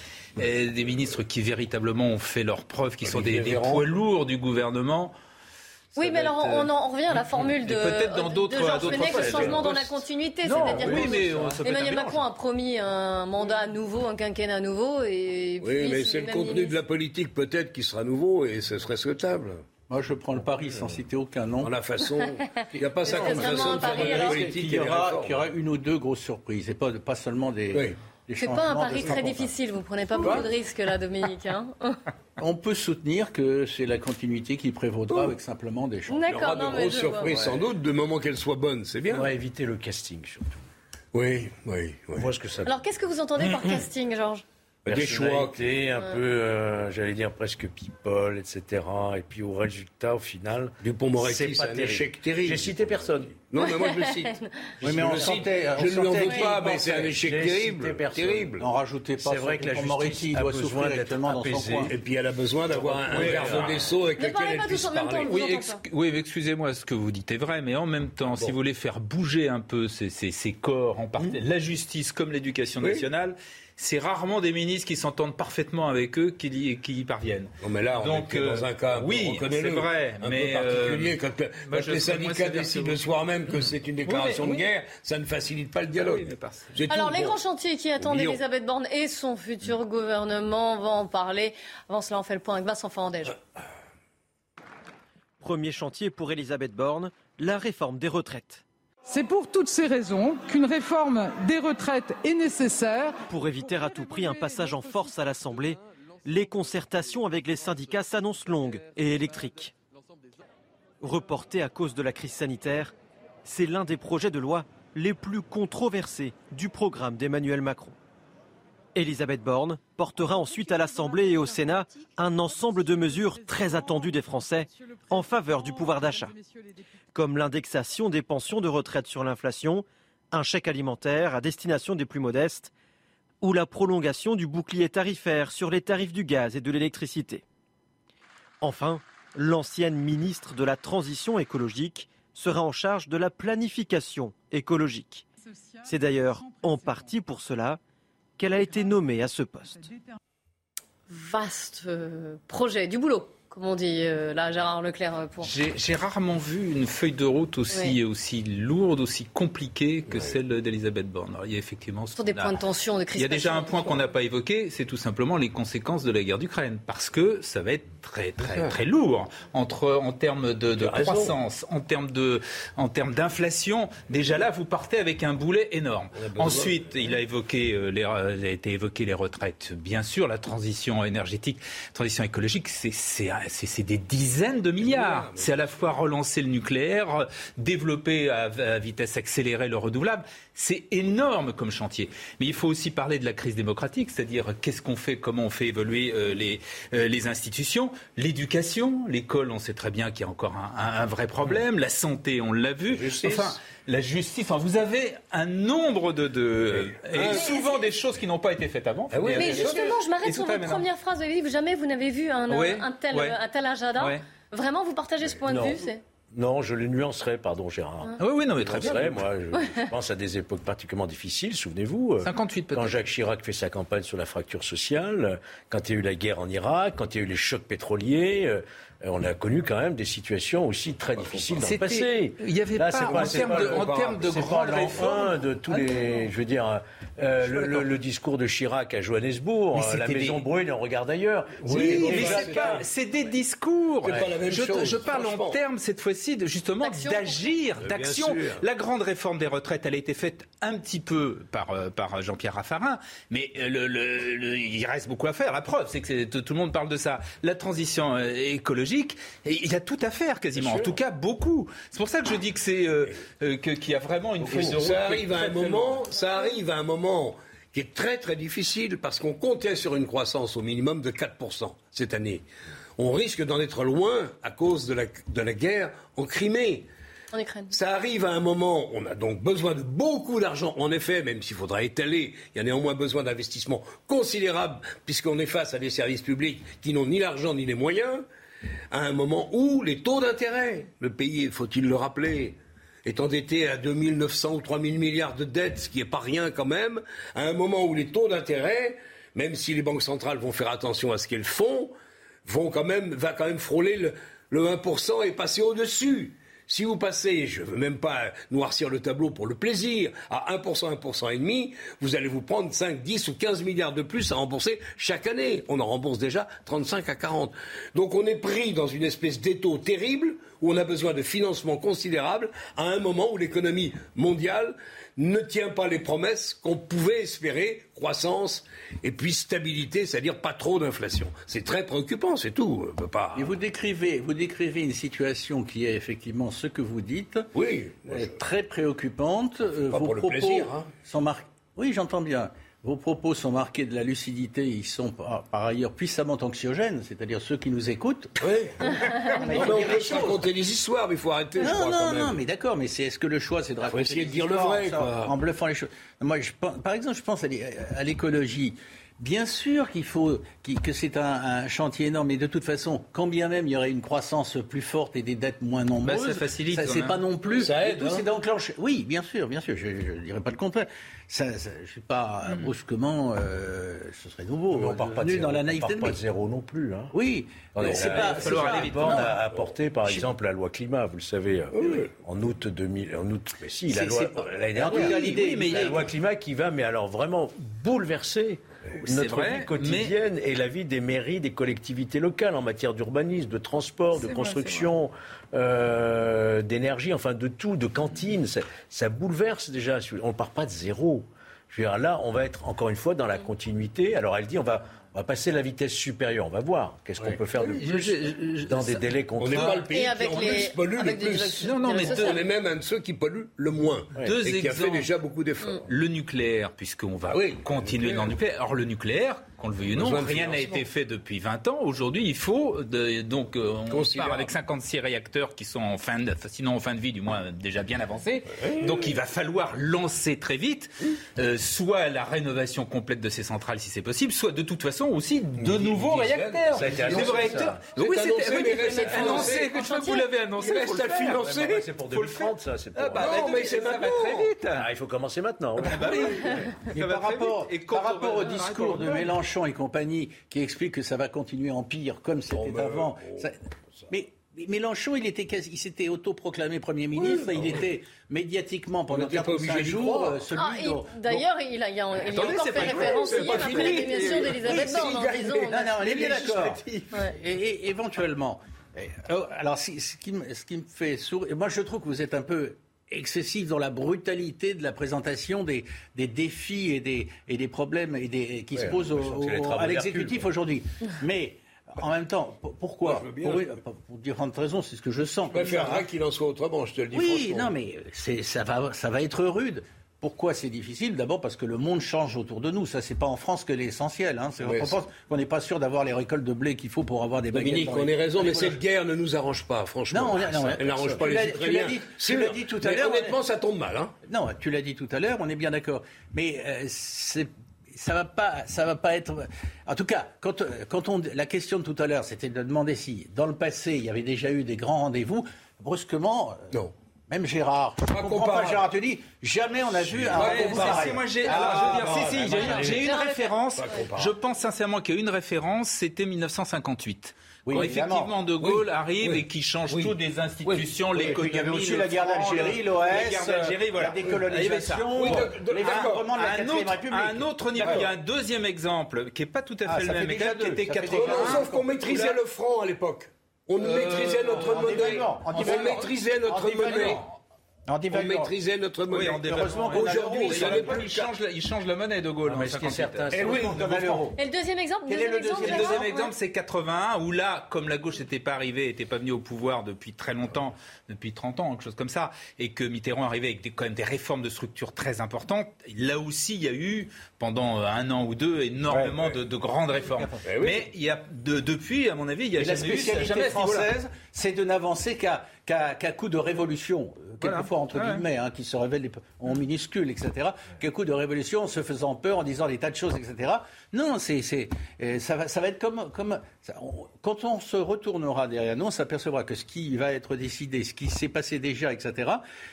Des ministres qui véritablement ont fait leurs preuves, qui sont des poids lourds du gouvernement. Oui, mais alors on revient à la formule de Georges Fenech, le changement dans la continuité. C'est-à-dire que Emmanuel Macron a promis un mandat nouveau, un quinquennat nouveau. Et puis, mais c'est le contenu de la politique peut-être qui sera nouveau et ce serait souhaitable. Moi, je prends le pari sans citer aucun nom. La façon, il n'y a pas ça comme façon de faire de la politique. Il y aura une ou deux grosses surprises, et pas seulement des... Oui. C'est pas un pari très difficile, vous prenez pas beaucoup de risques là, Dominique. On peut soutenir que c'est la continuité qui prévaudra avec simplement des changements. Il y aura de grosses surprises sans doute, du moment qu'elles soient bonnes, c'est bien. On va éviter le casting surtout. Oui. Moi, ce que ça... Alors qu'est-ce que vous entendez par casting, Georges ? Des choix, un peu, j'allais dire presque people, etc. Et puis au résultat, au final, Dupond-Moretti, c'est un échec terrible. J'ai cité personne. Non, mais moi je le cite. Oui, mais je ne lui en veux pas, mais c'est un échec terrible. On rajoutait pas. C'est vrai que la justice doit souffrir actuellement dans son coin. Et puis elle a besoin d'avoir un garde des Sceaux avec lequel elle puisse parler. Oui, excusez-moi, ce que vous dites est vrai, mais en même temps, si vous voulez faire bouger un peu ces corps, en partie, la justice comme l'éducation nationale, c'est rarement des ministres qui s'entendent parfaitement avec eux qui y parviennent. Non, mais là, on est dans un cas, c'est vrai, un peu particulier. Quand les syndicats décident le soir même que c'est une déclaration de guerre, ça ne facilite pas le dialogue. Alors, les grands chantiers qui attendent Elisabeth Borne et son futur gouvernement, on va en parler. Avant cela, on fait le point avec Vincent Fandège. Premier chantier pour Elisabeth Borne, la réforme des retraites. C'est pour toutes ces raisons qu'une réforme des retraites est nécessaire. Pour éviter à tout prix un passage en force à l'Assemblée, les concertations avec les syndicats s'annoncent longues et électriques. Reportées à cause de la crise sanitaire, c'est l'un des projets de loi les plus controversés du programme d'Emmanuel Macron. Elisabeth Borne portera ensuite à l'Assemblée et au Sénat un ensemble de mesures très attendues des Français en faveur du pouvoir d'achat, comme l'indexation des pensions de retraite sur l'inflation, un chèque alimentaire à destination des plus modestes ou la prolongation du bouclier tarifaire sur les tarifs du gaz et de l'électricité. Enfin, l'ancienne ministre de la Transition écologique sera en charge de la planification écologique. C'est d'ailleurs en partie pour cela qu'elle a été nommée à ce poste. Vaste projet, du boulot, comme on dit là, Gérard Leclerc. J'ai rarement vu une feuille de route aussi lourde, aussi compliquée que celle d'Elisabeth Borne. Alors, il y a effectivement des points de tension, de crispation. Il y a déjà un point qu'on n'a pas évoqué, c'est tout simplement les conséquences de la guerre d'Ukraine, parce que ça va être très lourd en termes de croissance, en termes d'inflation. Déjà là, vous partez avec un boulet énorme. Ensuite, il a été évoqué les retraites, bien sûr, la transition énergétique, transition écologique, c'est des dizaines de milliards. C'est à la fois relancer le nucléaire, développer à vitesse accélérée le renouvelable. C'est énorme comme chantier. Mais il faut aussi parler de la crise démocratique, c'est-à-dire qu'est-ce qu'on fait, comment on fait évoluer les institutions, l'éducation, l'école, on sait très bien qu'il y a encore un vrai problème, la santé, on l'a vu. La justice, vous avez un nombre et souvent des choses qui n'ont pas été faites avant. Mais justement, je m'arrête sur votre première phrase. Vous avez dit, jamais vous n'avez vu un tel agenda. Vraiment, vous partagez ce point de vue Non, je le nuancerai, pardon Gérard. Oui, non, mais très bien. Moi, je pense à des époques particulièrement difficiles, souvenez-vous. 58 peut-être. Quand Jacques Chirac fait sa campagne sur la fracture sociale, quand il y a eu la guerre en Irak, quand il y a eu les chocs pétroliers, on a connu quand même des situations aussi très difficiles dans le passé. Il n'y avait pas, en termes de grandes réformes, de tous les, je veux dire, le discours de Chirac à Johannesburg, la maison brûle et on regarde ailleurs. C'est des discours. Je parle en termes cette fois-ci justement d'agir, d'action. La grande réforme des retraites, elle a été faite un petit peu par Jean-Pierre Raffarin, mais il reste beaucoup à faire. La preuve, c'est que tout le monde parle de ça. La transition écologique, il y a tout à faire quasiment. En tout cas, beaucoup. C'est pour ça que je dis que qu'il y a vraiment une feuille de route. Ça arrive à un moment qui est très très difficile parce qu'on comptait sur une croissance au minimum de 4% cette année. On risque d'en être loin à cause de la guerre en Crimée. En Ukraine. Ça arrive à un moment, on a donc besoin de beaucoup d'argent, en effet, même s'il faudra étaler, il y a néanmoins besoin d'investissements considérables, puisqu'on est face à des services publics qui n'ont ni l'argent ni les moyens, à un moment où les taux d'intérêt, le pays, faut-il le rappeler, est endetté à 2 900 ou 3 000 milliards de dettes, ce qui n'est pas rien quand même, à un moment où les taux d'intérêt, même si les banques centrales vont faire attention à ce qu'elles font, va quand même frôler le 1% et passer au-dessus. Si vous passez, je ne veux même pas noircir le tableau pour le plaisir, à 1%, 1,5%, vous allez vous prendre 5, 10 ou 15 milliards de plus à rembourser chaque année. On en rembourse déjà 35 à 40. Donc on est pris dans une espèce d'étau terrible où on a besoin de financements considérables à un moment où l'économie mondiale ne tient pas les promesses qu'on pouvait espérer, croissance et puis stabilité, c'est-à-dire pas trop d'inflation. C'est très préoccupant, c'est tout. On peut pas... Et vous décrivez une situation qui est effectivement ce que vous dites, très préoccupante. Pas vos pour propos le plaisir, sont marqués. Oui, j'entends bien. Vos propos sont marqués de la lucidité, ils sont par ailleurs puissamment anxiogènes, c'est-à-dire ceux qui nous écoutent. Oui. On peut se raconter des histoires, mais il faut arrêter, Non, mais d'accord, mais est-ce que le choix, c'est de raconter essayer de dire le vrai, quoi. En bluffant les choses. Moi, par exemple, je pense à l'écologie. Bien sûr que c'est un chantier énorme, mais de toute façon, quand bien même il y aurait une croissance plus forte et des dettes moins nombreuses, ça facilite. C'est pas non plus. Ça aide. C'est d'enclencher. Oui, bien sûr, je ne dirais pas le contraire. Je ne suis pas brusquement, ce serait nouveau. Mais on part pas de zéro, dans la naïveté. On part pas de zéro non plus. Hein. Oui, c'est pas. Il va falloir aller vite. Borne a apporté, par exemple, la loi climat. Vous le savez, en août 2000. Mais si, la loi l'année dernière. La loi climat qui va, mais alors vraiment bouleverser notre vie quotidienne et la vie des mairies, des collectivités locales en matière d'urbanisme, de transport, de construction, d'énergie, enfin de tout, de cantine. Ça bouleverse déjà. On ne part pas de zéro. Je veux dire, là, on va être encore une fois dans la continuité. Alors elle dit, on va passer la vitesse supérieure. On va voir qu'est-ce qu'on peut faire de plus dans des délais contraints. On n'est pas le pays qui pollue le plus. Non, mais on est même un de ceux qui polluent le moins. Deux et qui a fait déjà beaucoup d'efforts. Le nucléaire, puisqu'on va continuer dans le nucléaire. Or, le nucléaire, qu'on le veuille ou non, rien n'a été fait depuis 20 ans. Aujourd'hui, il faut, on part avec 56 réacteurs qui sont sinon en fin de vie, du moins déjà bien avancés. Donc il va falloir lancer très vite, soit la rénovation complète de ces centrales si c'est possible, soit de toute façon aussi de nouveaux réacteurs. Ça a été annoncé, réacteurs. Oui, c'est annoncé. Vous l'avez annoncé. Il reste à le financer. C'est pour 2030, ça. C'est pour... mais ça va très vite. Il faut commencer maintenant. Mais par rapport au discours de Mélenchon et compagnie qui explique que ça va continuer en pire comme c'était avant. Mais Mélenchon, il s'était autoproclamé Premier ministre, il était médiatiquement pendant 4 ou 5 jours D'ailleurs, il a encore fait référence hier après la démission d'Elisabeth Borne en disant... Non, on est bien d'accord. Et éventuellement... Alors, ce qui me fait sourire... Moi, je trouve que vous êtes un peu excessif dans la brutalité de la présentation des défis et des problèmes qui se posent à l'exécutif aujourd'hui. Mais... En même temps, pourquoi ? Pour différentes raisons, c'est ce que je sens. Je préférerais qu'il en soit autrement, je te le dis franchement. Oui, non, mais ça va être rude. Pourquoi c'est difficile ? D'abord parce que le monde change autour de nous. Ça, c'est pas en France que l'essentiel. On pense qu'on n'est pas sûr d'avoir les récoltes de blé qu'il faut pour avoir des baguettes. Dominique, on a raison, mais cette guerre ne nous arrange pas, franchement. Non, elle n'arrange pas les Ukrainiens. Tu l'as dit tout à l'heure. Honnêtement, ça tombe mal. Non, tu l'as dit tout à l'heure, on est bien d'accord. Mais ça va pas être. En tout cas, la question de tout à l'heure, c'était de demander si, dans le passé, il y avait déjà eu des grands rendez-vous. Brusquement, non. Même Gérard, je comprends pas. Gérard te dit, jamais on a vu un rendez-vous pareil. Moi, j'ai une référence. Je pense sincèrement qu'il y a une référence. C'était 1958. Oui, quand effectivement De Gaulle arrive et qui change tout des institutions, l'économie. Il y avait aussi la guerre d'Algérie, l'OS, la décolonisation, l'effondrement de la 4e République. À un autre niveau, il y a un deuxième exemple qui n'est pas tout à fait le même exemple, qui était 80. Sauf qu'on maîtrisait le franc à l'époque. On maîtrisait notre monnaie. On maîtrisait notre monnaie. On maîtrisait notre monnaie. Aujourd'hui, il change la monnaie, De Gaulle. Mais ce qui est certain, c'est l'euro. Et le deuxième exemple, le deuxième exemple, c'est 81, où là, comme la gauche n'était pas arrivée, n'était pas venue au pouvoir depuis très longtemps, depuis 30 ans, quelque chose comme ça, et que Mitterrand arrivait avec quand même des réformes de structure très importantes, là aussi, il y a eu, pendant un an ou deux, énormément de grandes réformes. Mais il y a depuis, à mon avis, il y a jamais eu... La spécialité française, c'est de n'avancer qu'à coup de révolution, quelquefois entre guillemets, qui se révèlent en minuscules, etc. Qu'à coup de révolution, en se faisant peur, en disant des tas de choses, etc. Non, ça va être comme ça, quand on se retournera derrière nous, on s'apercevra que ce qui va être décidé, ce qui s'est passé déjà, etc.,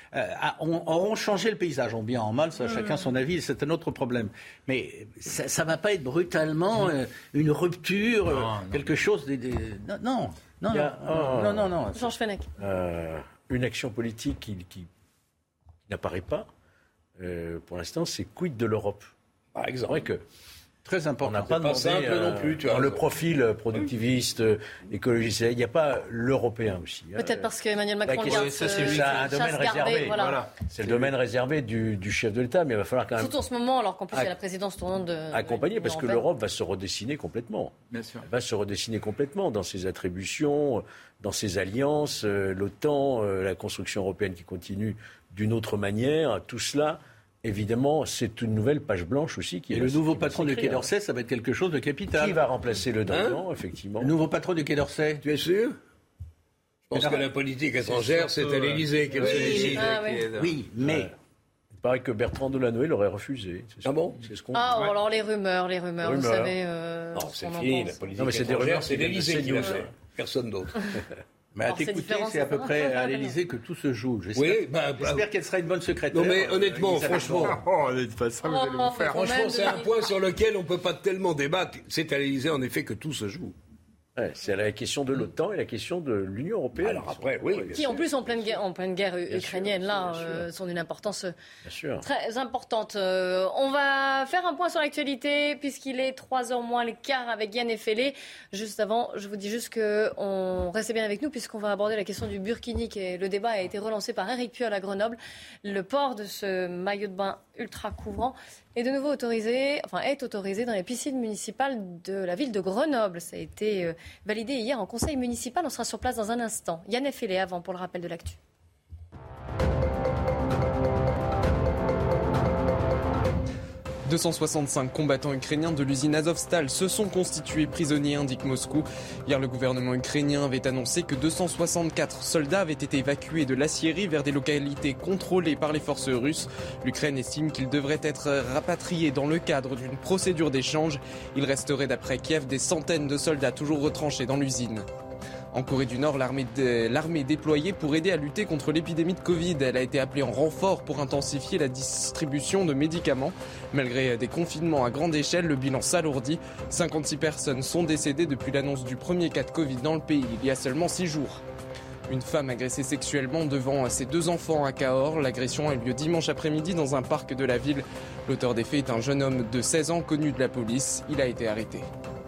auront changé le paysage, en bien, en mal, ça, chacun son avis, c'est un autre problème. Mais ça va pas être brutalement une rupture, quelque chose Non. Georges Fenech. Une action politique qui n'apparaît pas, pour l'instant, c'est quid de l'Europe. Par exemple. C'est vrai que très important. On n'a pas demandé non plus, dans le profil productiviste, écologiste. Il n'y a pas l'européen aussi. Peut-être parce qu'Emmanuel Macron garde c'est un domaine réservé. Voilà. C'est le domaine réservé du chef de l'État, mais il va falloir quand même... Surtout en ce moment, alors qu'en plus il y a la présidence tournante de... Accompagner, parce que l'Europe va se redessiner complètement. Bien sûr. Elle va se redessiner complètement dans ses attributions, dans ses alliances, l'OTAN, la construction européenne qui continue d'une autre manière. Tout cela... Évidemment, c'est une nouvelle page blanche aussi. Et le nouveau patron du Quai d'Orsay, ça va être quelque chose de capital. Qui va remplacer le Dandan, effectivement. Le nouveau patron du Quai d'Orsay. Tu es sûr ? Je pense que la politique étrangère, c'est à l'Élysée qu'elle se décide. Oui, mais... Il paraît que Bertrand Delanoë l'aurait refusé. Bon ? C'est ce qu'on alors les rumeurs, vous savez... non, c'est fini, la politique étrangère, c'est l'Élysée qui l'a fait. Personne d'autre. Mais à t'écouter, c'est à peu près à l'Élysée que tout se joue. J'espère qu'elle sera une bonne secrétaire. Non mais honnêtement, franchement, franchement, c'est un point sur lequel on ne peut pas tellement débattre. C'est à l'Élysée en effet que tout se joue. C'est la question de l'OTAN et la question de l'Union européenne. Alors après, oui. Qui en plus en pleine guerre ukrainienne, sont d'une importance très importante. On va faire un point sur l'actualité puisqu'il est 3h moins le quart avec Yann Effelé. Juste avant, je vous dis juste qu'on restez bien avec nous puisqu'on va aborder la question du burkini. Le débat a été relancé par Éric Piolle à Grenoble. Le port de ce maillot de bain ultra couvrant est de nouveau autorisé dans les piscines municipales de la ville de Grenoble. Ça a été validé hier en conseil municipal. On sera sur place dans un instant. Yann Effelé avant pour le rappel de l'actu. 265 combattants ukrainiens de l'usine Azovstal se sont constitués prisonniers, indique Moscou. Hier, le gouvernement ukrainien avait annoncé que 264 soldats avaient été évacués de l'aciérie vers des localités contrôlées par les forces russes. L'Ukraine estime qu'ils devraient être rapatriés dans le cadre d'une procédure d'échange. Il resterait d'après Kiev des centaines de soldats toujours retranchés dans l'usine. En Corée du Nord, l'armée déployée pour aider à lutter contre l'épidémie de Covid. Elle a été appelée en renfort pour intensifier la distribution de médicaments. Malgré des confinements à grande échelle, le bilan s'alourdit. 56 personnes sont décédées depuis l'annonce du premier cas de Covid dans le pays il y a seulement 6 jours. Une femme agressée sexuellement devant ses 2 enfants à Cahors. L'agression a eu lieu dimanche après-midi dans un parc de la ville. L'auteur des faits est un jeune homme de 16 ans connu de la police. Il a été arrêté.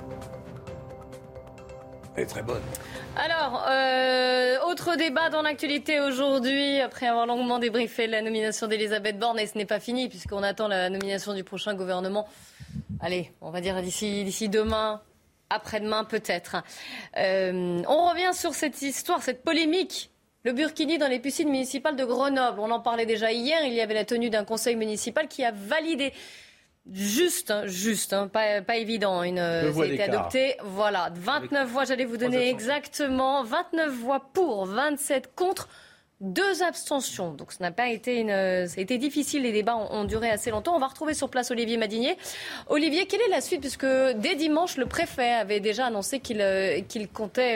Elle est très bonne. Alors, autre débat dans l'actualité aujourd'hui, après avoir longuement débriefé la nomination d'Elisabeth Borne, et ce n'est pas fini puisqu'on attend la nomination du prochain gouvernement. Allez, on va dire d'ici demain, après-demain peut-être. On revient sur cette histoire, cette polémique. Le burkini dans les piscines municipales de Grenoble. On en parlait déjà hier, il y avait la tenue d'un conseil municipal qui a validé. Juste, pas évident. Ça a été adopté. Voilà, 29 voix, j'allais vous donner exactement 29 voix pour, 27 contre, 2 abstentions. Donc ça a été difficile, les débats ont duré assez longtemps. On va retrouver sur place Olivier Madinier. Olivier, quelle est la suite ? Puisque dès dimanche, le préfet avait déjà annoncé qu'il comptait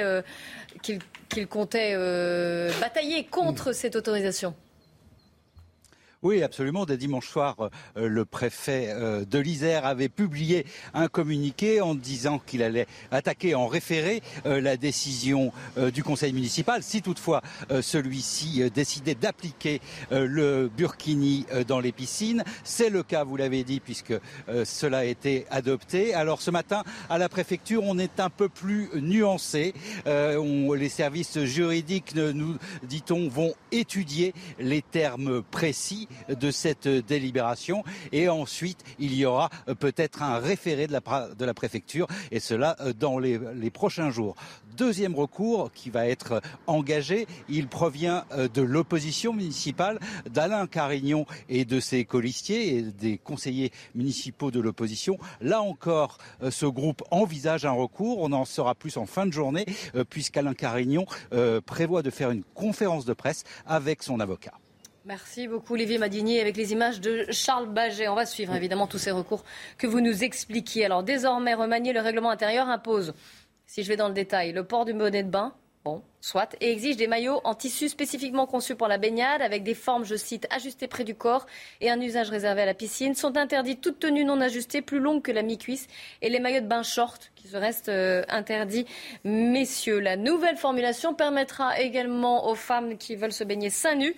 batailler contre cette autorisation. Oui, absolument. Dès dimanche soir, le préfet de l'Isère avait publié un communiqué en disant qu'il allait attaquer en référé la décision du conseil municipal, si toutefois celui-ci décidait d'appliquer le burkini dans les piscines. C'est le cas, vous l'avez dit, puisque cela a été adopté. Alors ce matin, à la préfecture, on est un peu plus nuancé. Les services juridiques, nous dit-on, vont étudier les termes précis de cette délibération et ensuite il y aura peut-être un référé de la préfecture et cela dans les prochains jours. Deuxième recours qui va être engagé, il provient de l'opposition municipale, d'Alain Carignon et de ses colistiers et des conseillers municipaux de l'opposition. Là encore, ce groupe envisage un recours, on en saura plus en fin de journée puisqu'Alain Carignon prévoit de faire une conférence de presse avec son avocat. Merci beaucoup Olivier Madinier avec les images de Charles Baget. On va suivre évidemment tous ces recours que vous nous expliquiez. Alors désormais, remanier le règlement intérieur impose, si je vais dans le détail, le port du bonnet de bain. Bon, soit, et exige des maillots en tissu spécifiquement conçus pour la baignade, avec des formes, je cite, ajustées près du corps et un usage réservé à la piscine. Sont interdits toutes tenues non ajustées plus longues que la mi-cuisse et les maillots de bain short qui se restent interdits, messieurs. La nouvelle formulation permettra également aux femmes qui veulent se baigner seins nus,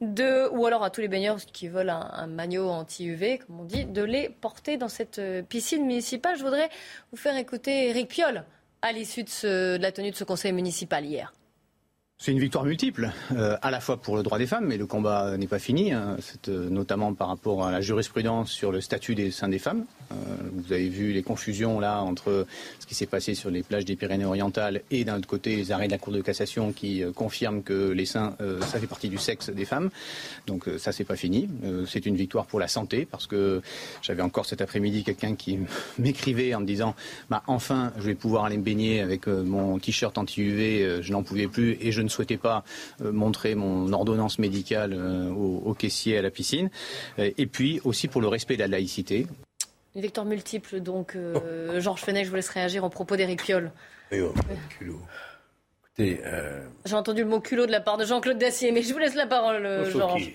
ou alors à tous les baigneurs qui veulent un maillot anti-UV, comme on dit, de les porter dans cette piscine municipale. Je voudrais vous faire écouter Éric Piolle à l'issue de la tenue de ce conseil municipal hier. C'est une victoire multiple, à la fois pour le droit des femmes, mais le combat n'est pas fini, notamment par rapport à la jurisprudence sur le statut des seins des femmes. Vous avez vu les confusions là entre ce qui s'est passé sur les plages des Pyrénées-Orientales et d'un autre côté les arrêts de la Cour de cassation qui confirment que les seins, ça fait partie du sexe des femmes. Donc ça, c'est pas fini. C'est une victoire pour la santé parce que j'avais encore cet après-midi quelqu'un qui m'écrivait en me disant enfin, je vais pouvoir aller me baigner avec mon t-shirt anti-UV, je n'en pouvais plus et je ne souhaitais pas montrer mon ordonnance médicale au caissier à la piscine. Et puis aussi pour le respect de la laïcité. Une victoire multiple, donc Georges Fenech, je vous laisse réagir en propos d'Éric Piolle. Culot. Écoutez, j'ai entendu le mot culot de la part de Jean-Claude Dacier, mais je vous laisse la parole, Georges.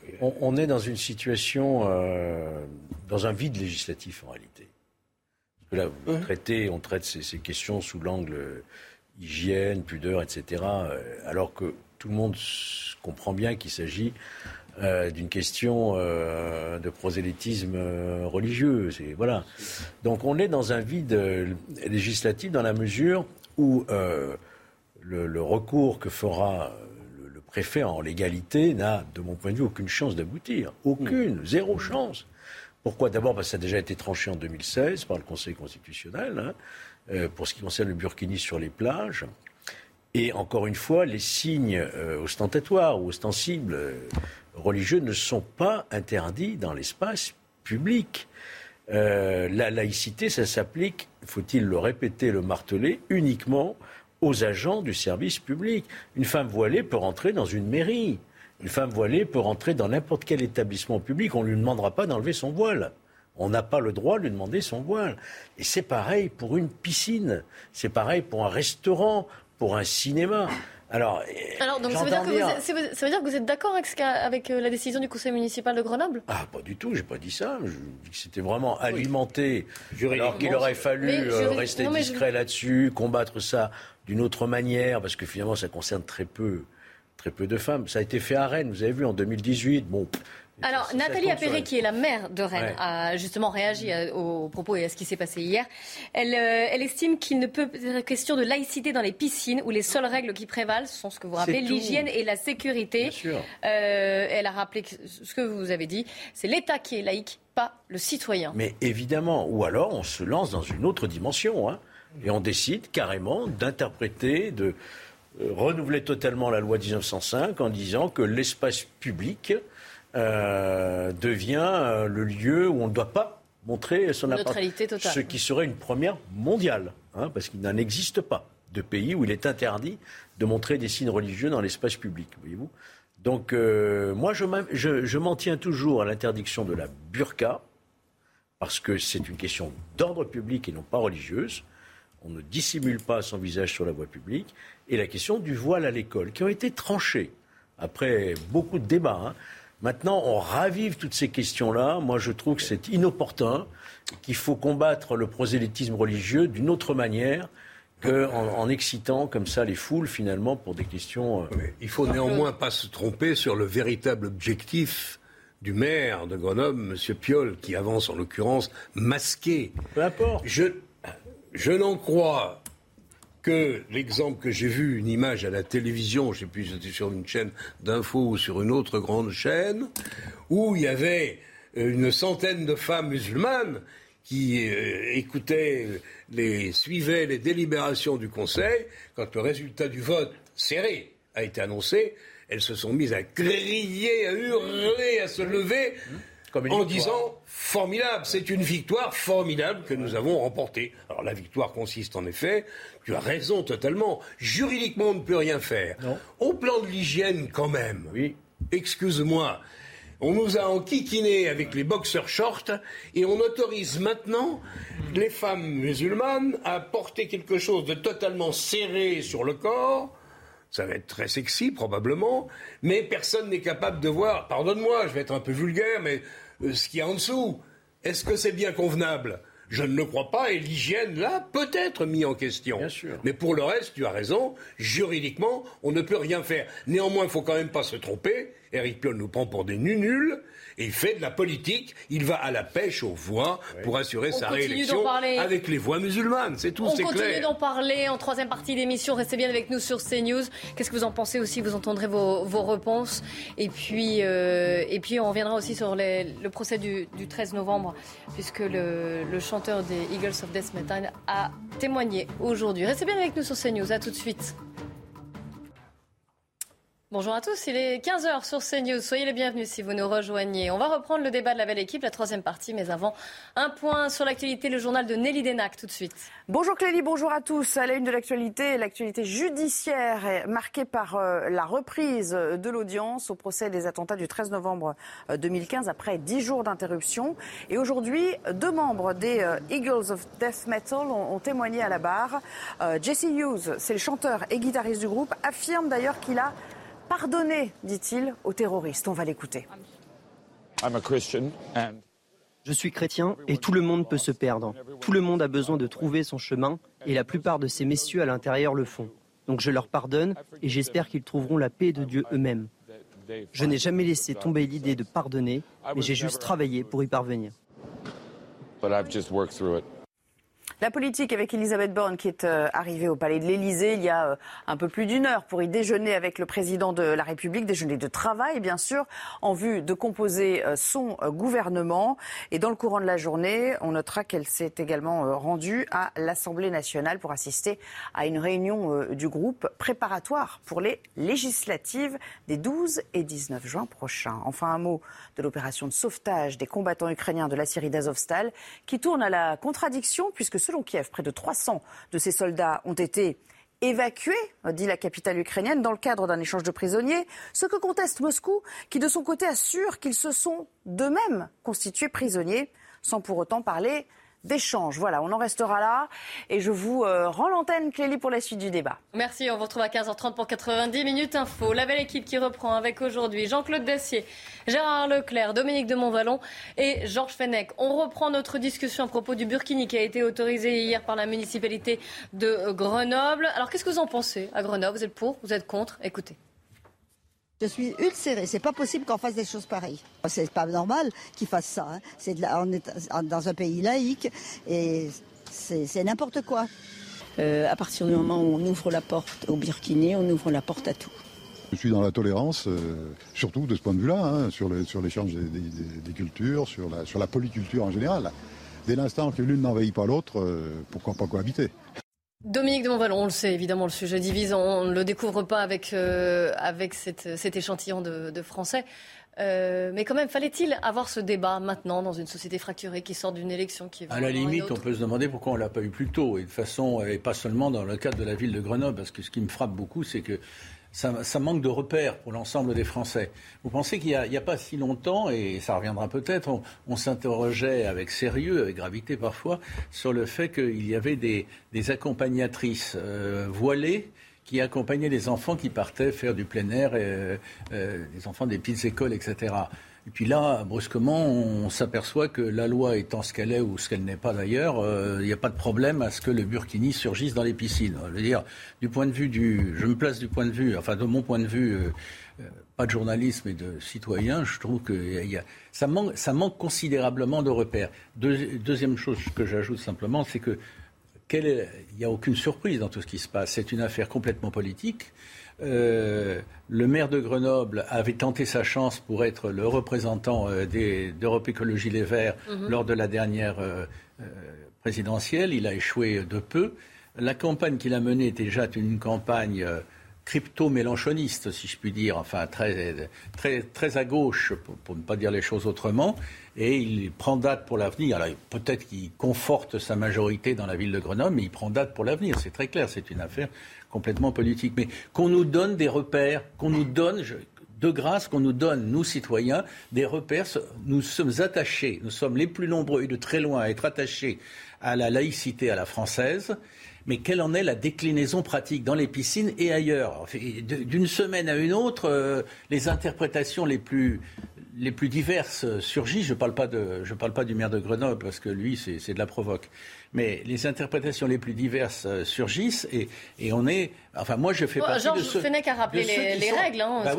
On est dans une situation, dans un vide législatif en réalité. Parce que là, on traite ces questions sous l'angle hygiène, pudeur, etc. Alors que tout le monde comprend bien qu'il s'agit d'une question de prosélytisme religieux. Voilà. Donc on est dans un vide législatif dans la mesure où le recours que fera le préfet en légalité n'a, de mon point de vue, aucune chance d'aboutir. Aucune, zéro chance. Pourquoi ? D'abord parce que ça a déjà été tranché en 2016 par le Conseil constitutionnel, pour ce qui concerne le burkini sur les plages. Et encore une fois, les signes ostentatoires ou ostensibles religieux ne sont pas interdits dans l'espace public. La laïcité, ça s'applique, faut-il le répéter, le marteler, uniquement aux agents du service public. Une femme voilée peut rentrer dans une mairie. Une femme voilée peut rentrer dans n'importe quel établissement public. On ne lui demandera pas d'enlever son voile. On n'a pas le droit de lui demander son voile. Et c'est pareil pour une piscine. C'est pareil pour un restaurant, pour un cinéma. Alors donc ça veut dire que vous êtes d'accord avec la décision du conseil municipal de Grenoble ? Ah, pas du tout, j'ai pas dit ça. Je dis que c'était vraiment alimenté. Alors qu'il aurait fallu rester discret là-dessus, combattre ça d'une autre manière, parce que finalement ça concerne très peu de femmes. Ça a été fait à Rennes, vous avez vu, en 2018. Bon. Alors, Nathalie Appéré, qui est la maire de Rennes, a justement réagi aux propos et à ce qui s'est passé hier. Elle estime qu'il ne peut être question de laïcité dans les piscines où les seules règles qui prévalent sont ce que vous rappelez, l'hygiène et la sécurité. Bien sûr. Elle a rappelé ce que vous avez dit, c'est l'État qui est laïque, pas le citoyen. Mais évidemment, ou alors on se lance dans une autre dimension, et on décide carrément d'interpréter, de renouveler totalement la loi 1905 en disant que l'espace public devient le lieu où on ne doit pas montrer son neutralité totale. Ce qui serait une première mondiale, parce qu'il n'en existe pas de pays où il est interdit de montrer des signes religieux dans l'espace public, voyez-vous. Donc moi je m'en tiens toujours à l'interdiction de la burqa, parce que c'est une question d'ordre public et non pas religieuse. On ne dissimule pas son visage sur la voie publique. Et la question du voile à l'école, qui ont été tranchées après beaucoup de débats. Maintenant, on ravive toutes ces questions-là. Moi, je trouve que c'est inopportun, qu'il faut combattre le prosélytisme religieux d'une autre manière qu'en excitant comme ça les foules, finalement, pour des questions... Il faut néanmoins pas se tromper sur le véritable objectif du maire de Grenoble, M. Piolle, qui avance en l'occurrence masqué. Peu importe. Je n'en crois que l'exemple que j'ai vu, une image à la télévision, je ne sais plus si c'était sur une chaîne d'info ou sur une autre grande chaîne, où il y avait une centaine de femmes musulmanes qui suivaient les délibérations du Conseil. Quand le résultat du vote serré a été annoncé, elles se sont mises à crier, à hurler, à se lever, en disant « formidable, c'est une victoire formidable que nous avons remportée ». Alors la victoire consiste en effet, tu as raison totalement, juridiquement on ne peut rien faire. Non. Au plan de l'hygiène quand même, excuse-moi, on nous a enquiquinés avec les boxers shorts et on autorise maintenant les femmes musulmanes à porter quelque chose de totalement serré sur le corps. Ça va être très sexy probablement, mais personne n'est capable de voir, pardonne-moi, je vais être un peu vulgaire, mais ce qu'il y a en dessous, est-ce que c'est bien convenable ? Je ne le crois pas, et l'hygiène, là, peut être mis en question. Bien sûr. Mais pour le reste, tu as raison, juridiquement, on ne peut rien faire. Néanmoins, il ne faut quand même pas se tromper. Éric Piolle nous prend pour des nuls, et il fait de la politique. Il va à la pêche aux voix pour assurer sa réélection avec les voix musulmanes. C'est tout, c'est clair. On continue d'en parler en troisième partie d'émission. Restez bien avec nous sur CNews. Qu'est-ce que vous en pensez aussi ? Vous entendrez vos réponses. Et puis on reviendra aussi sur le procès du 13 novembre, puisque le chanteur des Eagles of Death Metal a témoigné aujourd'hui. Restez bien avec nous sur CNews. À tout de suite. Bonjour à tous, il est 15h sur CNews. Soyez les bienvenus si vous nous rejoignez. On va reprendre le débat de la belle équipe, la troisième partie, mais avant, un point sur l'actualité, le journal de Nelly Denac tout de suite. Bonjour Clélie, bonjour à tous. À la une de l'actualité judiciaire est marquée par la reprise de l'audience au procès des attentats du 13 novembre 2015 après 10 jours d'interruption. Et aujourd'hui, 2 membres des Eagles of Death Metal ont témoigné à la barre. Jesse Hughes, c'est le chanteur et guitariste du groupe, affirme d'ailleurs qu'il a pardonné, dit-il, aux terroristes. On va l'écouter. Je suis chrétien et tout le monde peut se perdre. Tout le monde a besoin de trouver son chemin et la plupart de ces messieurs à l'intérieur le font. Donc je leur pardonne et j'espère qu'ils trouveront la paix de Dieu eux-mêmes. Je n'ai jamais laissé tomber l'idée de pardonner, mais j'ai juste travaillé pour y parvenir. La politique avec Elisabeth Borne qui est arrivée au palais de l'Élysée il y a un peu plus d'1 heure pour y déjeuner avec le président de la République, déjeuner de travail bien sûr, en vue de composer son gouvernement. Et dans le courant de la journée, on notera qu'elle s'est également rendue à l'Assemblée nationale pour assister à une réunion du groupe préparatoire pour les législatives des 12 et 19 juin prochains. Enfin, un mot de l'opération de sauvetage des combattants ukrainiens de la Syrie d'Azovstal qui tourne à la contradiction puisque selon Kiev, près de 300 de ces soldats ont été évacués, dit la capitale ukrainienne, dans le cadre d'un échange de prisonniers, ce que conteste Moscou, qui de son côté assure qu'ils se sont d'eux-mêmes constitués prisonniers, sans pour autant parler d'échange. Voilà, on en restera là et je vous rends l'antenne, Clélie, pour la suite du débat. Merci, on vous retrouve à 15h30 pour 90 minutes info. La belle équipe qui reprend avec aujourd'hui Jean-Claude Dacier, Gérard Leclerc, Dominique de Montvalon et Georges Fenech. On reprend notre discussion à propos du burkini qui a été autorisé hier par la municipalité de Grenoble. Alors qu'est-ce que vous en pensez à Grenoble? Vous êtes pour? Vous êtes contre? Écoutez. Je suis ulcérée. C'est pas possible qu'on fasse des choses pareilles. C'est pas normal qu'ils fassent ça. Hein. On est dans un pays laïque et c'est n'importe quoi. À partir du moment où on ouvre la porte au burkini, on ouvre la porte à tout. Je suis dans la tolérance, surtout de ce point de vue-là, hein, sur l'échange des cultures, sur la polyculture en général. Dès l'instant que l'une n'envahit pas l'autre, pourquoi pas cohabiter? Dominique de Montvalon, on le sait évidemment, le sujet divise, on ne le découvre pas avec cet échantillon de Français. Mais quand même, fallait-il avoir ce débat maintenant dans une société fracturée qui sort d'une élection qui va à la limite, on peut se demander pourquoi on ne l'a pas eu plus tôt, et de façon, et pas seulement dans le cadre de la ville de Grenoble, parce que ce qui me frappe beaucoup, c'est que ça manque de repères pour l'ensemble des Français. Vous pensez qu'il n'y a pas si longtemps, et ça reviendra peut-être, on s'interrogeait avec sérieux, avec gravité parfois, sur le fait qu'il y avait des accompagnatrices voilées qui accompagnaient les enfants qui partaient faire du plein air, les enfants des petites écoles, etc. Et puis là, brusquement, on s'aperçoit que la loi étant ce qu'elle est ou ce qu'elle n'est pas d'ailleurs, il n'y a pas de problème à ce que le burkini surgisse dans les piscines. Je veux dire, du point de vue je me place du point de vue, enfin de mon point de vue, pas de journaliste mais de citoyen, je trouve que ça manque considérablement de repères. Deuxième chose que j'ajoute simplement, c'est que il n'y a aucune surprise dans tout ce qui se passe. C'est une affaire complètement politique. Le maire de Grenoble avait tenté sa chance pour être le représentant d'Europe Écologie Les Verts lors de la dernière présidentielle. Il a échoué de peu. La campagne qu'il a menée était déjà une campagne crypto-mélenchoniste, si je puis dire, enfin très, très, très à gauche, pour ne pas dire les choses autrement. Et il prend date pour l'avenir. Alors peut-être qu'il conforte sa majorité dans la ville de Grenoble, mais il prend date pour l'avenir. C'est très clair, c'est une affaire complètement politique. Mais qu'on nous donne des repères, qu'on nous donne, de grâce, qu'on nous donne, nous citoyens, des repères. Nous sommes attachés, nous sommes les plus nombreux et de très loin à être attachés à la laïcité à la française. Mais quelle en est la déclinaison pratique dans les piscines et ailleurs? D'une semaine à une autre, les interprétations les plus diverses surgissent. Je parle pas du maire de Grenoble parce que lui c'est de la provoque. Mais les interprétations les plus diverses surgissent et on est. Enfin moi je fais partie de ceux. Georges Fenech a rappelé les règles.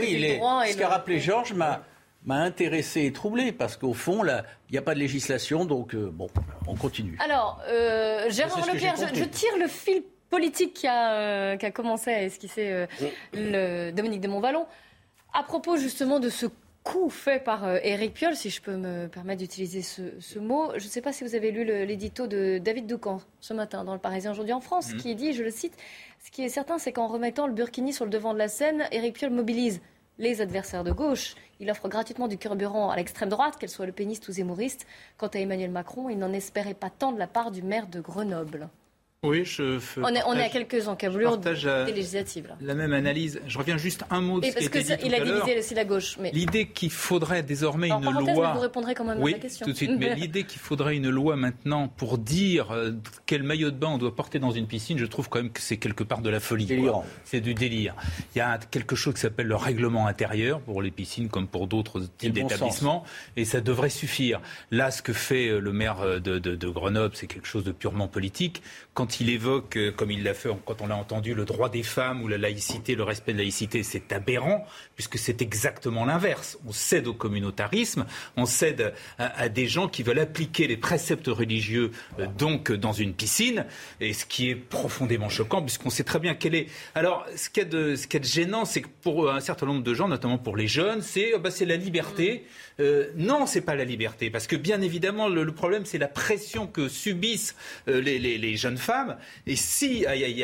Ce qu'a rappelé Georges m'a intéressé et troublé parce qu'au fond là il n'y a pas de législation donc on continue. Alors Gérard Leclerc, je tire le fil politique qui a commencé à esquisser Dominique de Montvalon à propos justement de ce coup fait par Éric Piolle, si je peux me permettre d'utiliser ce mot. Je ne sais pas si vous avez lu l'édito de David Doucan ce matin dans Le Parisien aujourd'hui en France, qui dit, je le cite, « Ce qui est certain, c'est qu'en remettant le burkini sur le devant de la scène, Éric Piolle mobilise les adversaires de gauche. Il offre gratuitement du carburant à l'extrême droite, qu'elle soit le péniste ou zémouriste. Quant à Emmanuel Macron, il n'en espérait pas tant de la part du maire de Grenoble. » Oui, on est à quelques encablures des législatives. La même analyse. Je reviens juste un mot de ce qui a été dit tout à l'heure. Il a divisé aussi la gauche. Mais... L'idée qu'il faudrait désormais une loi... Mais vous répondrez quand même à la question. Oui, tout de suite. Mais l'idée qu'il faudrait une loi maintenant pour dire quel maillot de bain on doit porter dans une piscine, je trouve quand même que c'est quelque part de la folie. C'est du délire. Il y a quelque chose qui s'appelle le règlement intérieur pour les piscines comme pour d'autres types d'établissements. Et ça devrait suffire. Là, ce que fait le maire de Grenoble, c'est quelque chose de purement politique. Quand quand il évoque, comme il l'a fait quand on l'a entendu, le droit des femmes ou la laïcité, le respect de la laïcité, c'est aberrant, puisque c'est exactement l'inverse. On cède au communautarisme, on cède à des gens qui veulent appliquer les préceptes religieux donc dans une piscine, et ce qui est profondément choquant, puisqu'on sait très bien quelle est... Alors, ce qui est de gênant, c'est que pour un certain nombre de gens, notamment pour les jeunes, c'est la liberté. Non, c'est pas la liberté, parce que bien évidemment, le problème, c'est la pression que subissent les jeunes femmes. Et si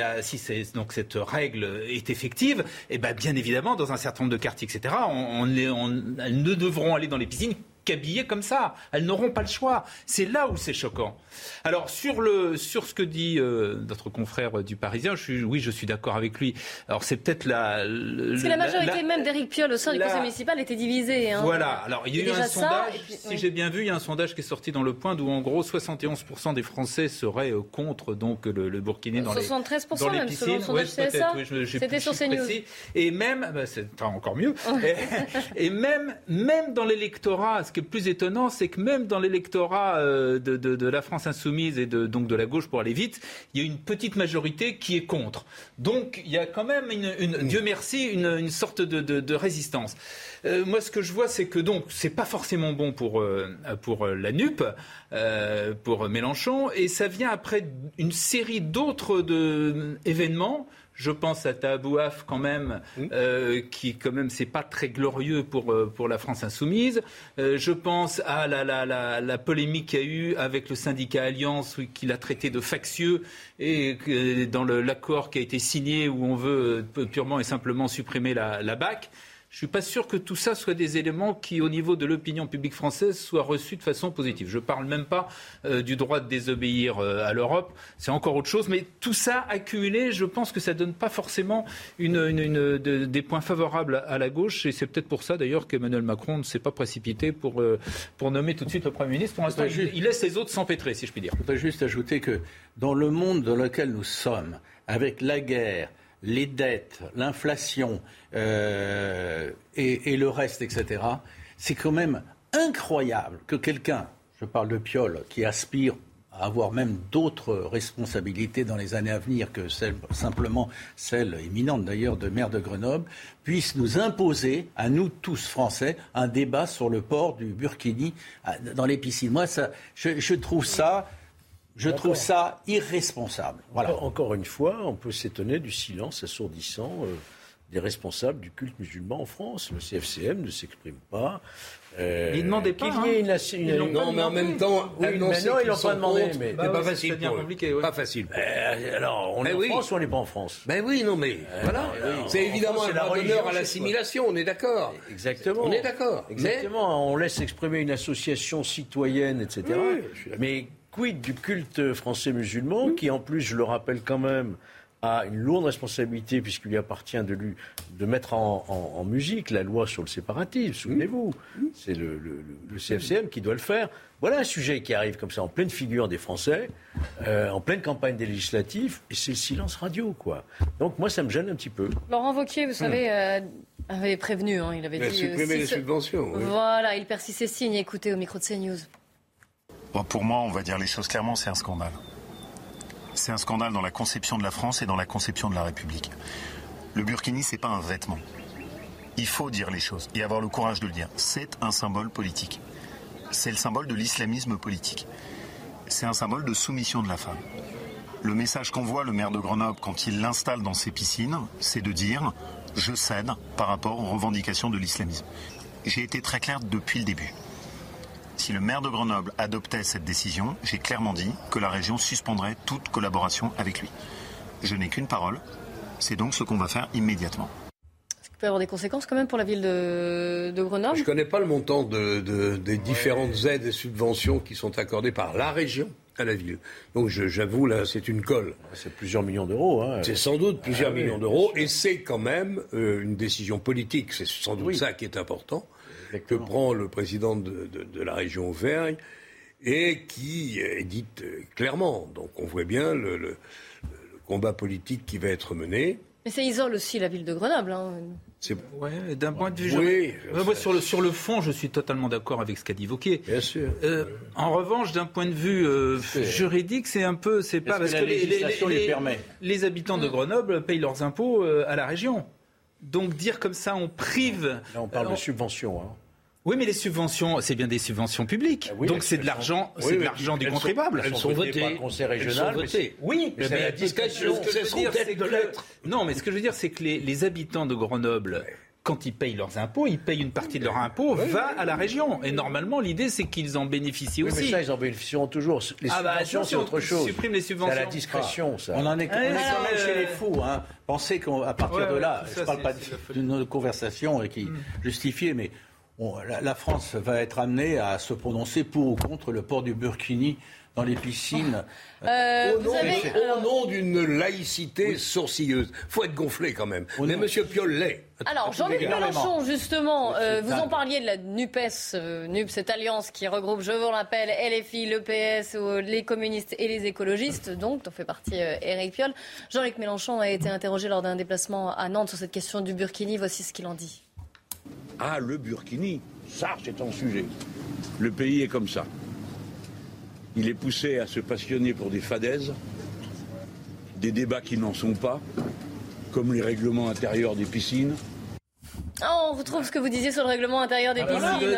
donc cette règle est effective, et bien évidemment, dans un certain nombre de quartiers, etc., elles ne devront aller dans les piscines qu'habillées comme ça. Elles n'auront pas le choix. C'est là où c'est choquant. Alors, sur ce que dit notre confrère du Parisien, je suis d'accord avec lui. Alors, c'est peut-être parce que la majorité même d'Éric Piolle au sein du conseil municipal était divisée. Voilà. Alors, il y a eu un sondage, si j'ai bien vu, il y a un sondage qui est sorti dans Le Point où, en gros, 71% des Français seraient contre donc, le burkini dans 73% dans les même, piscines. selon le sondage CSA. C'était sur CNews. Et même, c'est encore mieux, et même dans l'électorat, ce qui est le plus étonnant, c'est que même dans l'électorat de la France insoumise et donc de la gauche, pour aller vite, il y a une petite majorité qui est contre. Donc il y a quand même Dieu merci, une sorte de résistance. Moi, ce que je vois, c'est que donc c'est pas forcément bon pour la NUP, pour Mélenchon, et ça vient après une série d'autres événements. Je pense à Tahabouaf quand même, qui quand même c'est pas très glorieux pour la France insoumise. Je pense à la polémique qu'il y a eu avec le syndicat Alliance, qu'il a traité de factieux, et dans l'accord qui a été signé où on veut purement et simplement supprimer la BAC. Je ne suis pas sûr que tout ça soit des éléments qui, au niveau de l'opinion publique française, soient reçus de façon positive. Je ne parle même pas du droit de désobéir à l'Europe. C'est encore autre chose. Mais tout ça accumulé, je pense que ça ne donne pas forcément des points favorables à la gauche. Et c'est peut-être pour ça, d'ailleurs, qu'Emmanuel Macron ne s'est pas précipité pour nommer tout de suite le Premier ministre. Pour l'instant, il laisse les autres s'empêtrer, si je puis dire. Je voudrais juste ajouter que dans le monde dans lequel nous sommes, avec la guerre, les dettes, l'inflation et le reste, etc., c'est quand même incroyable que quelqu'un, je parle de Piolle, qui aspire à avoir même d'autres responsabilités dans les années à venir que simplement celle imminente d'ailleurs de maire de Grenoble, puisse nous imposer, à nous tous Français, un débat sur le port du burkini dans les piscines. Moi, je trouve ça... Je trouve ça irresponsable. Voilà. Encore une fois, on peut s'étonner du silence assourdissant des responsables du culte musulman en France. Le CFCM ne s'exprime pas. Ils ne demandaient pas. Non, mais en même temps, ils l'ont pas demandé. Mais c'est pas facile. C'est bien compliqué. Pas facile. Alors, on est en France ou on n'est pas en France? Ben oui, non, mais voilà. C'est évidemment un droit d'honneur à l'assimilation. On est d'accord. Exactement. On est d'accord. Exactement. On laisse exprimer une association citoyenne, etc. Mais quid du culte français musulman, qui en plus, je le rappelle quand même, a une lourde responsabilité puisqu'il lui appartient de mettre en musique la loi sur le séparatisme, souvenez-vous. C'est le CFCM qui doit le faire. Voilà un sujet qui arrive comme ça en pleine figure des Français, en pleine campagne des législatives, et c'est le silence radio, quoi. Donc moi, ça me gêne un petit peu. Laurent Wauquiez, vous savez, avait prévenu, il avait dit... supprimer les subventions. Oui. Voilà, il persiste ses signes. Écoutez au micro de CNews. Bon, pour moi, on va dire les choses clairement, c'est un scandale. C'est un scandale dans la conception de la France et dans la conception de la République. Le burkini, c'est pas un vêtement. Il faut dire les choses et avoir le courage de le dire. C'est un symbole politique. C'est le symbole de l'islamisme politique. C'est un symbole de soumission de la femme. Le message qu'envoie le maire de Grenoble quand il l'installe dans ses piscines, c'est de dire « je cède » par rapport aux revendications de l'islamisme. J'ai été très clair depuis le début. Si le maire de Grenoble adoptait cette décision, j'ai clairement dit que la région suspendrait toute collaboration avec lui. Je n'ai qu'une parole, c'est donc ce qu'on va faire immédiatement. Est-ce qu'il peut y avoir des conséquences quand même pour la ville de Grenoble ? Je ne connais pas le montant des différentes aides et subventions qui sont accordées par la région à la ville. Donc j'avoue, là, c'est une colle. C'est plusieurs millions d'euros. C'est sans doute plusieurs millions d'euros, et c'est quand même une décision politique. C'est sans doute ça qui est important. Que prend le président de la région Auvergne et qui est dite clairement. Donc on voit bien le combat politique qui va être mené. Mais ça isole aussi la ville de Grenoble. Ouais, d'un point de vue moi, sur le fond, je suis totalement d'accord avec ce qu'a dit Wauquiez. Bien sûr. En revanche, d'un point de vue juridique, c'est pas parce que les habitants de Grenoble payent leurs impôts à la région. Donc dire comme ça, on prive. Là, on parle de subventions. Oui, mais les subventions, c'est bien des subventions publiques. Donc c'est de l'argent, du contribuable. Elles sont votées par le Conseil régional. Oui, mais c'est la discussion. Non, mais ce que je veux dire, c'est que les habitants de Grenoble, quand ils payent leurs impôts, ils payent une partie de leur impôt va à la région. Et normalement, l'idée, c'est qu'ils en bénéficient aussi. Mais ça, ils en bénéficieront toujours. Les subventions, c'est autre chose. On supprime les subventions. C'est à la discrétion, ça. On est quand même chez les fous. Pensez qu'à partir de là, je ne parle pas d'une conversation qui justifie, mais la France va être amenée à se prononcer pour ou contre le port du burkini dans les piscines. Au nom d'une laïcité sourcilleuse. Faut être gonflé quand même. Mais M. Piolle l'est. Alors, Jean-Luc Mélenchon, justement, vous en parliez de la NUPES, cette alliance qui regroupe, je vous le rappelle, LFI, le PS, les communistes et les écologistes, donc, dont fait partie Éric Piolle. Jean-Luc Mélenchon a été interrogé lors d'un déplacement à Nantes sur cette question du burkini. Voici ce qu'il en dit. Ah, le burkini, ça, c'est un sujet. Le pays est comme ça. Il est poussé à se passionner pour des fadaises, des débats qui n'en sont pas, comme les règlements intérieurs des piscines. On retrouve ce que vous disiez sur le règlement intérieur des piscines. Il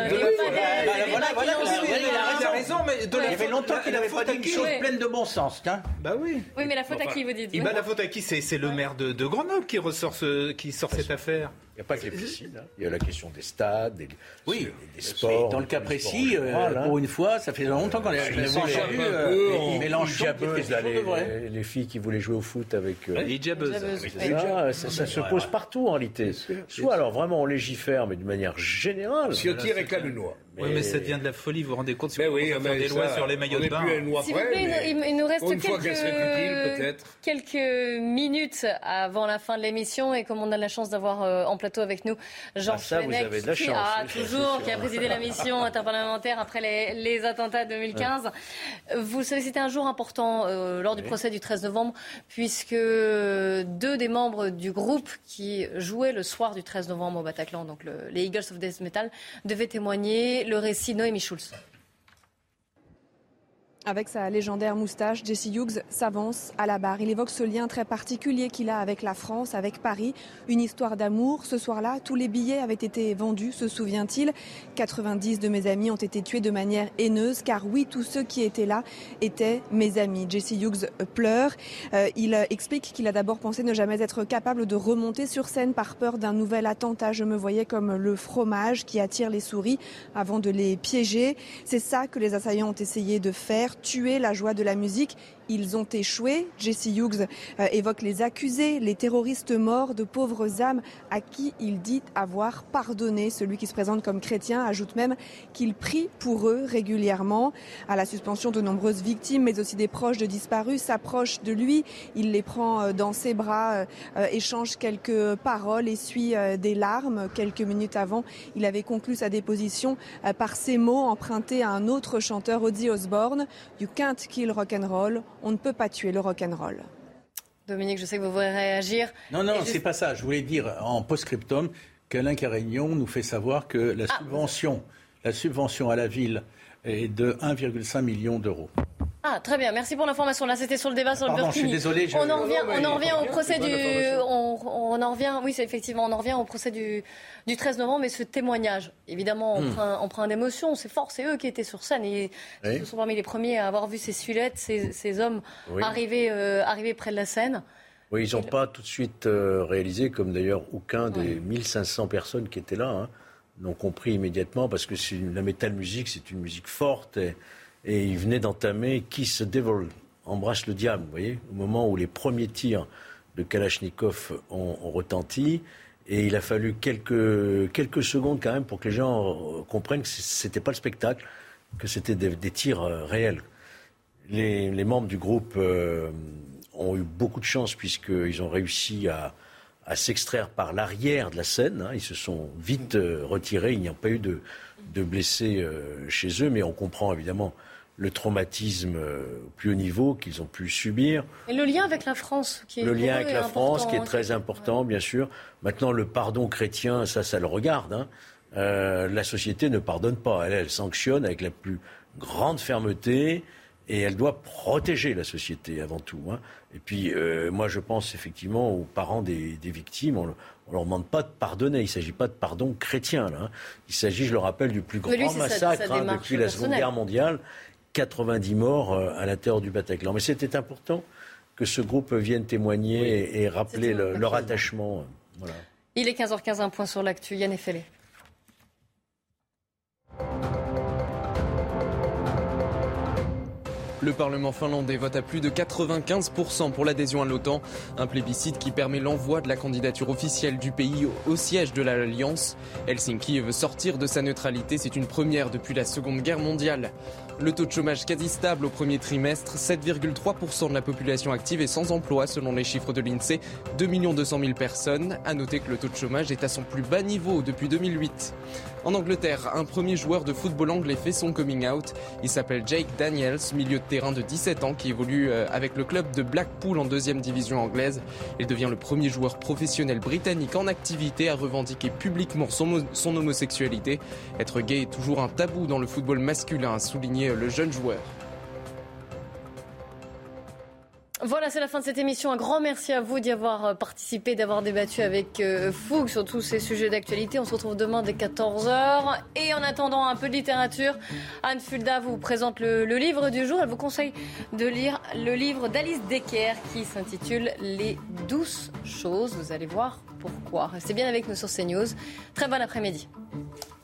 a raison, mais il y avait longtemps qu'il avait pas dit une chose pleine de bon sens. Bah oui. Oui, mais la faute à qui vous dites? La faute à qui? C'est le maire de Grenoble qui sort cette affaire. Il n'y a pas que les piscines. Il y a la question des stades, des sports. Dans le cas précis, pour une fois, ça fait longtemps qu'on a vu Mélenchon. Les filles qui voulaient jouer au foot avec. Les jabeuses. Ça se pose partout en réalité. Soit alors vraiment on légifère, mais d'une manière générale. Ciotti réclame une loi. Oui, mais ça devient de la folie, vous vous rendez compte, si on faire des lois sur les maillots de bain. S'il vous plaît, il nous reste quelques minutes avant la fin de l'émission, et comme on a la chance d'avoir en plateau avec nous Georges Fenech, qui a présidé la mission interparlementaire après les attentats 2015. Vous savez, c'était un jour important lors du procès du 13 novembre, puisque 2 des membres du groupe qui jouaient le soir du 13 novembre au Bataclan, donc les Eagles of Death Metal, devaient témoigner. Le récit, Noémie Schulz. Avec sa légendaire moustache, Jesse Hughes s'avance à la barre. Il évoque ce lien très particulier qu'il a avec la France, avec Paris. Une histoire d'amour. Ce soir-là, tous les billets avaient été vendus, se souvient-il. 90 de mes amis ont été tués de manière haineuse, car oui, tous ceux qui étaient là étaient mes amis. Jesse Hughes pleure. Il explique qu'il a d'abord pensé ne jamais être capable de remonter sur scène par peur d'un nouvel attentat. Je me voyais comme le fromage qui attire les souris avant de les piéger. C'est ça que les assaillants ont essayé de faire. Tuer la joie de la musique. Ils ont échoué. Jesse Hughes évoque les accusés, les terroristes morts, de pauvres âmes à qui il dit avoir pardonné. Celui qui se présente comme chrétien ajoute même qu'il prie pour eux régulièrement. À la suspension, de nombreuses victimes, mais aussi des proches de disparus s'approchent de lui. Il les prend dans ses bras, échange quelques paroles, essuie des larmes. Quelques minutes avant, il avait conclu sa déposition par ces mots empruntés à un autre chanteur, Ozzy Osbourne. You can't kill rock'n'roll. On ne peut pas tuer le rock'n'roll. Dominique, je sais que vous voulez réagir. Non, c'est pas ça. Je voulais dire en post-scriptum qu'Alain Carignon nous fait savoir que la subvention à la ville est de 1,5 million d'euros. Ah, très bien. Merci pour l'information. Là, c'était sur le débat sur le burkini. Je suis désolé. On en revient au procès on en revient au procès du 13 novembre, mais ce témoignage, évidemment, empreint d'émotion. C'est fort. C'est eux qui étaient sur scène et ce sont parmi les premiers à avoir vu ces silhouettes, ces hommes arriver près de la scène. Oui, ils n'ont pas tout de suite réalisé, comme d'ailleurs aucun des 1500 personnes qui étaient là, n'ont compris immédiatement, parce que la metal music, c'est une musique forte. Et il venait d'entamer Kiss the Devil, embrasse le diable, vous voyez, au moment où les premiers tirs de Kalachnikov ont retenti. Et il a fallu quelques secondes quand même pour que les gens comprennent que c'était pas le spectacle, que c'était des tirs réels. Les membres du groupe ont eu beaucoup de chance puisqu'ils ont réussi à s'extraire par l'arrière de la scène. Ils se sont vite retirés, il n'y a pas eu de blessés chez eux, mais on comprend évidemment le traumatisme au plus haut niveau qu'ils ont pu subir. Et le lien avec la France, qui est le lien avec la France, qui est hein, très important, bien sûr. Maintenant, le pardon chrétien, ça le regarde. Hein. La société ne pardonne pas. Elle sanctionne avec la plus grande fermeté et elle doit protéger la société avant tout. Hein. Et puis, moi, je pense effectivement aux parents des victimes. On ne leur demande pas de pardonner. Il ne s'agit pas de pardon chrétien. Là, hein. Il s'agit, je le rappelle, du plus grand massacre depuis la Seconde Guerre mondiale. 90 morts à l'intérieur du Bataclan. Mais c'était important que ce groupe vienne témoigner et rappeler leur attachement. Voilà. Il est 15h15, un point sur l'actu. Yann Effelé. Le Parlement finlandais vote à plus de 95% pour l'adhésion à l'OTAN, un plébiscite qui permet l'envoi de la candidature officielle du pays au siège de l'Alliance. Helsinki veut sortir de sa neutralité, c'est une première depuis la Seconde Guerre mondiale. Le taux de chômage quasi stable au premier trimestre, 7,3% de la population active est sans emploi selon les chiffres de l'INSEE, 2 200 000 personnes. À noter que le taux de chômage est à son plus bas niveau depuis 2008. En Angleterre, un premier joueur de football anglais fait son coming out. Il s'appelle Jake Daniels, milieu de terrain de 17 ans qui évolue avec le club de Blackpool en 2e division anglaise. Il devient le premier joueur professionnel britannique en activité à revendiquer publiquement son homosexualité. Être gay est toujours un tabou dans le football masculin, a souligné le jeune joueur. Voilà, c'est la fin de cette émission. Un grand merci à vous d'y avoir participé, d'avoir débattu avec fougue sur tous ces sujets d'actualité. On se retrouve demain dès 14h. Et en attendant un peu de littérature, Anne Fulda vous présente le livre du jour. Elle vous conseille de lire le livre d'Alice Decker qui s'intitule « Les douces choses ». Vous allez voir pourquoi. Restez bien avec nous sur CNews. Très bon après-midi.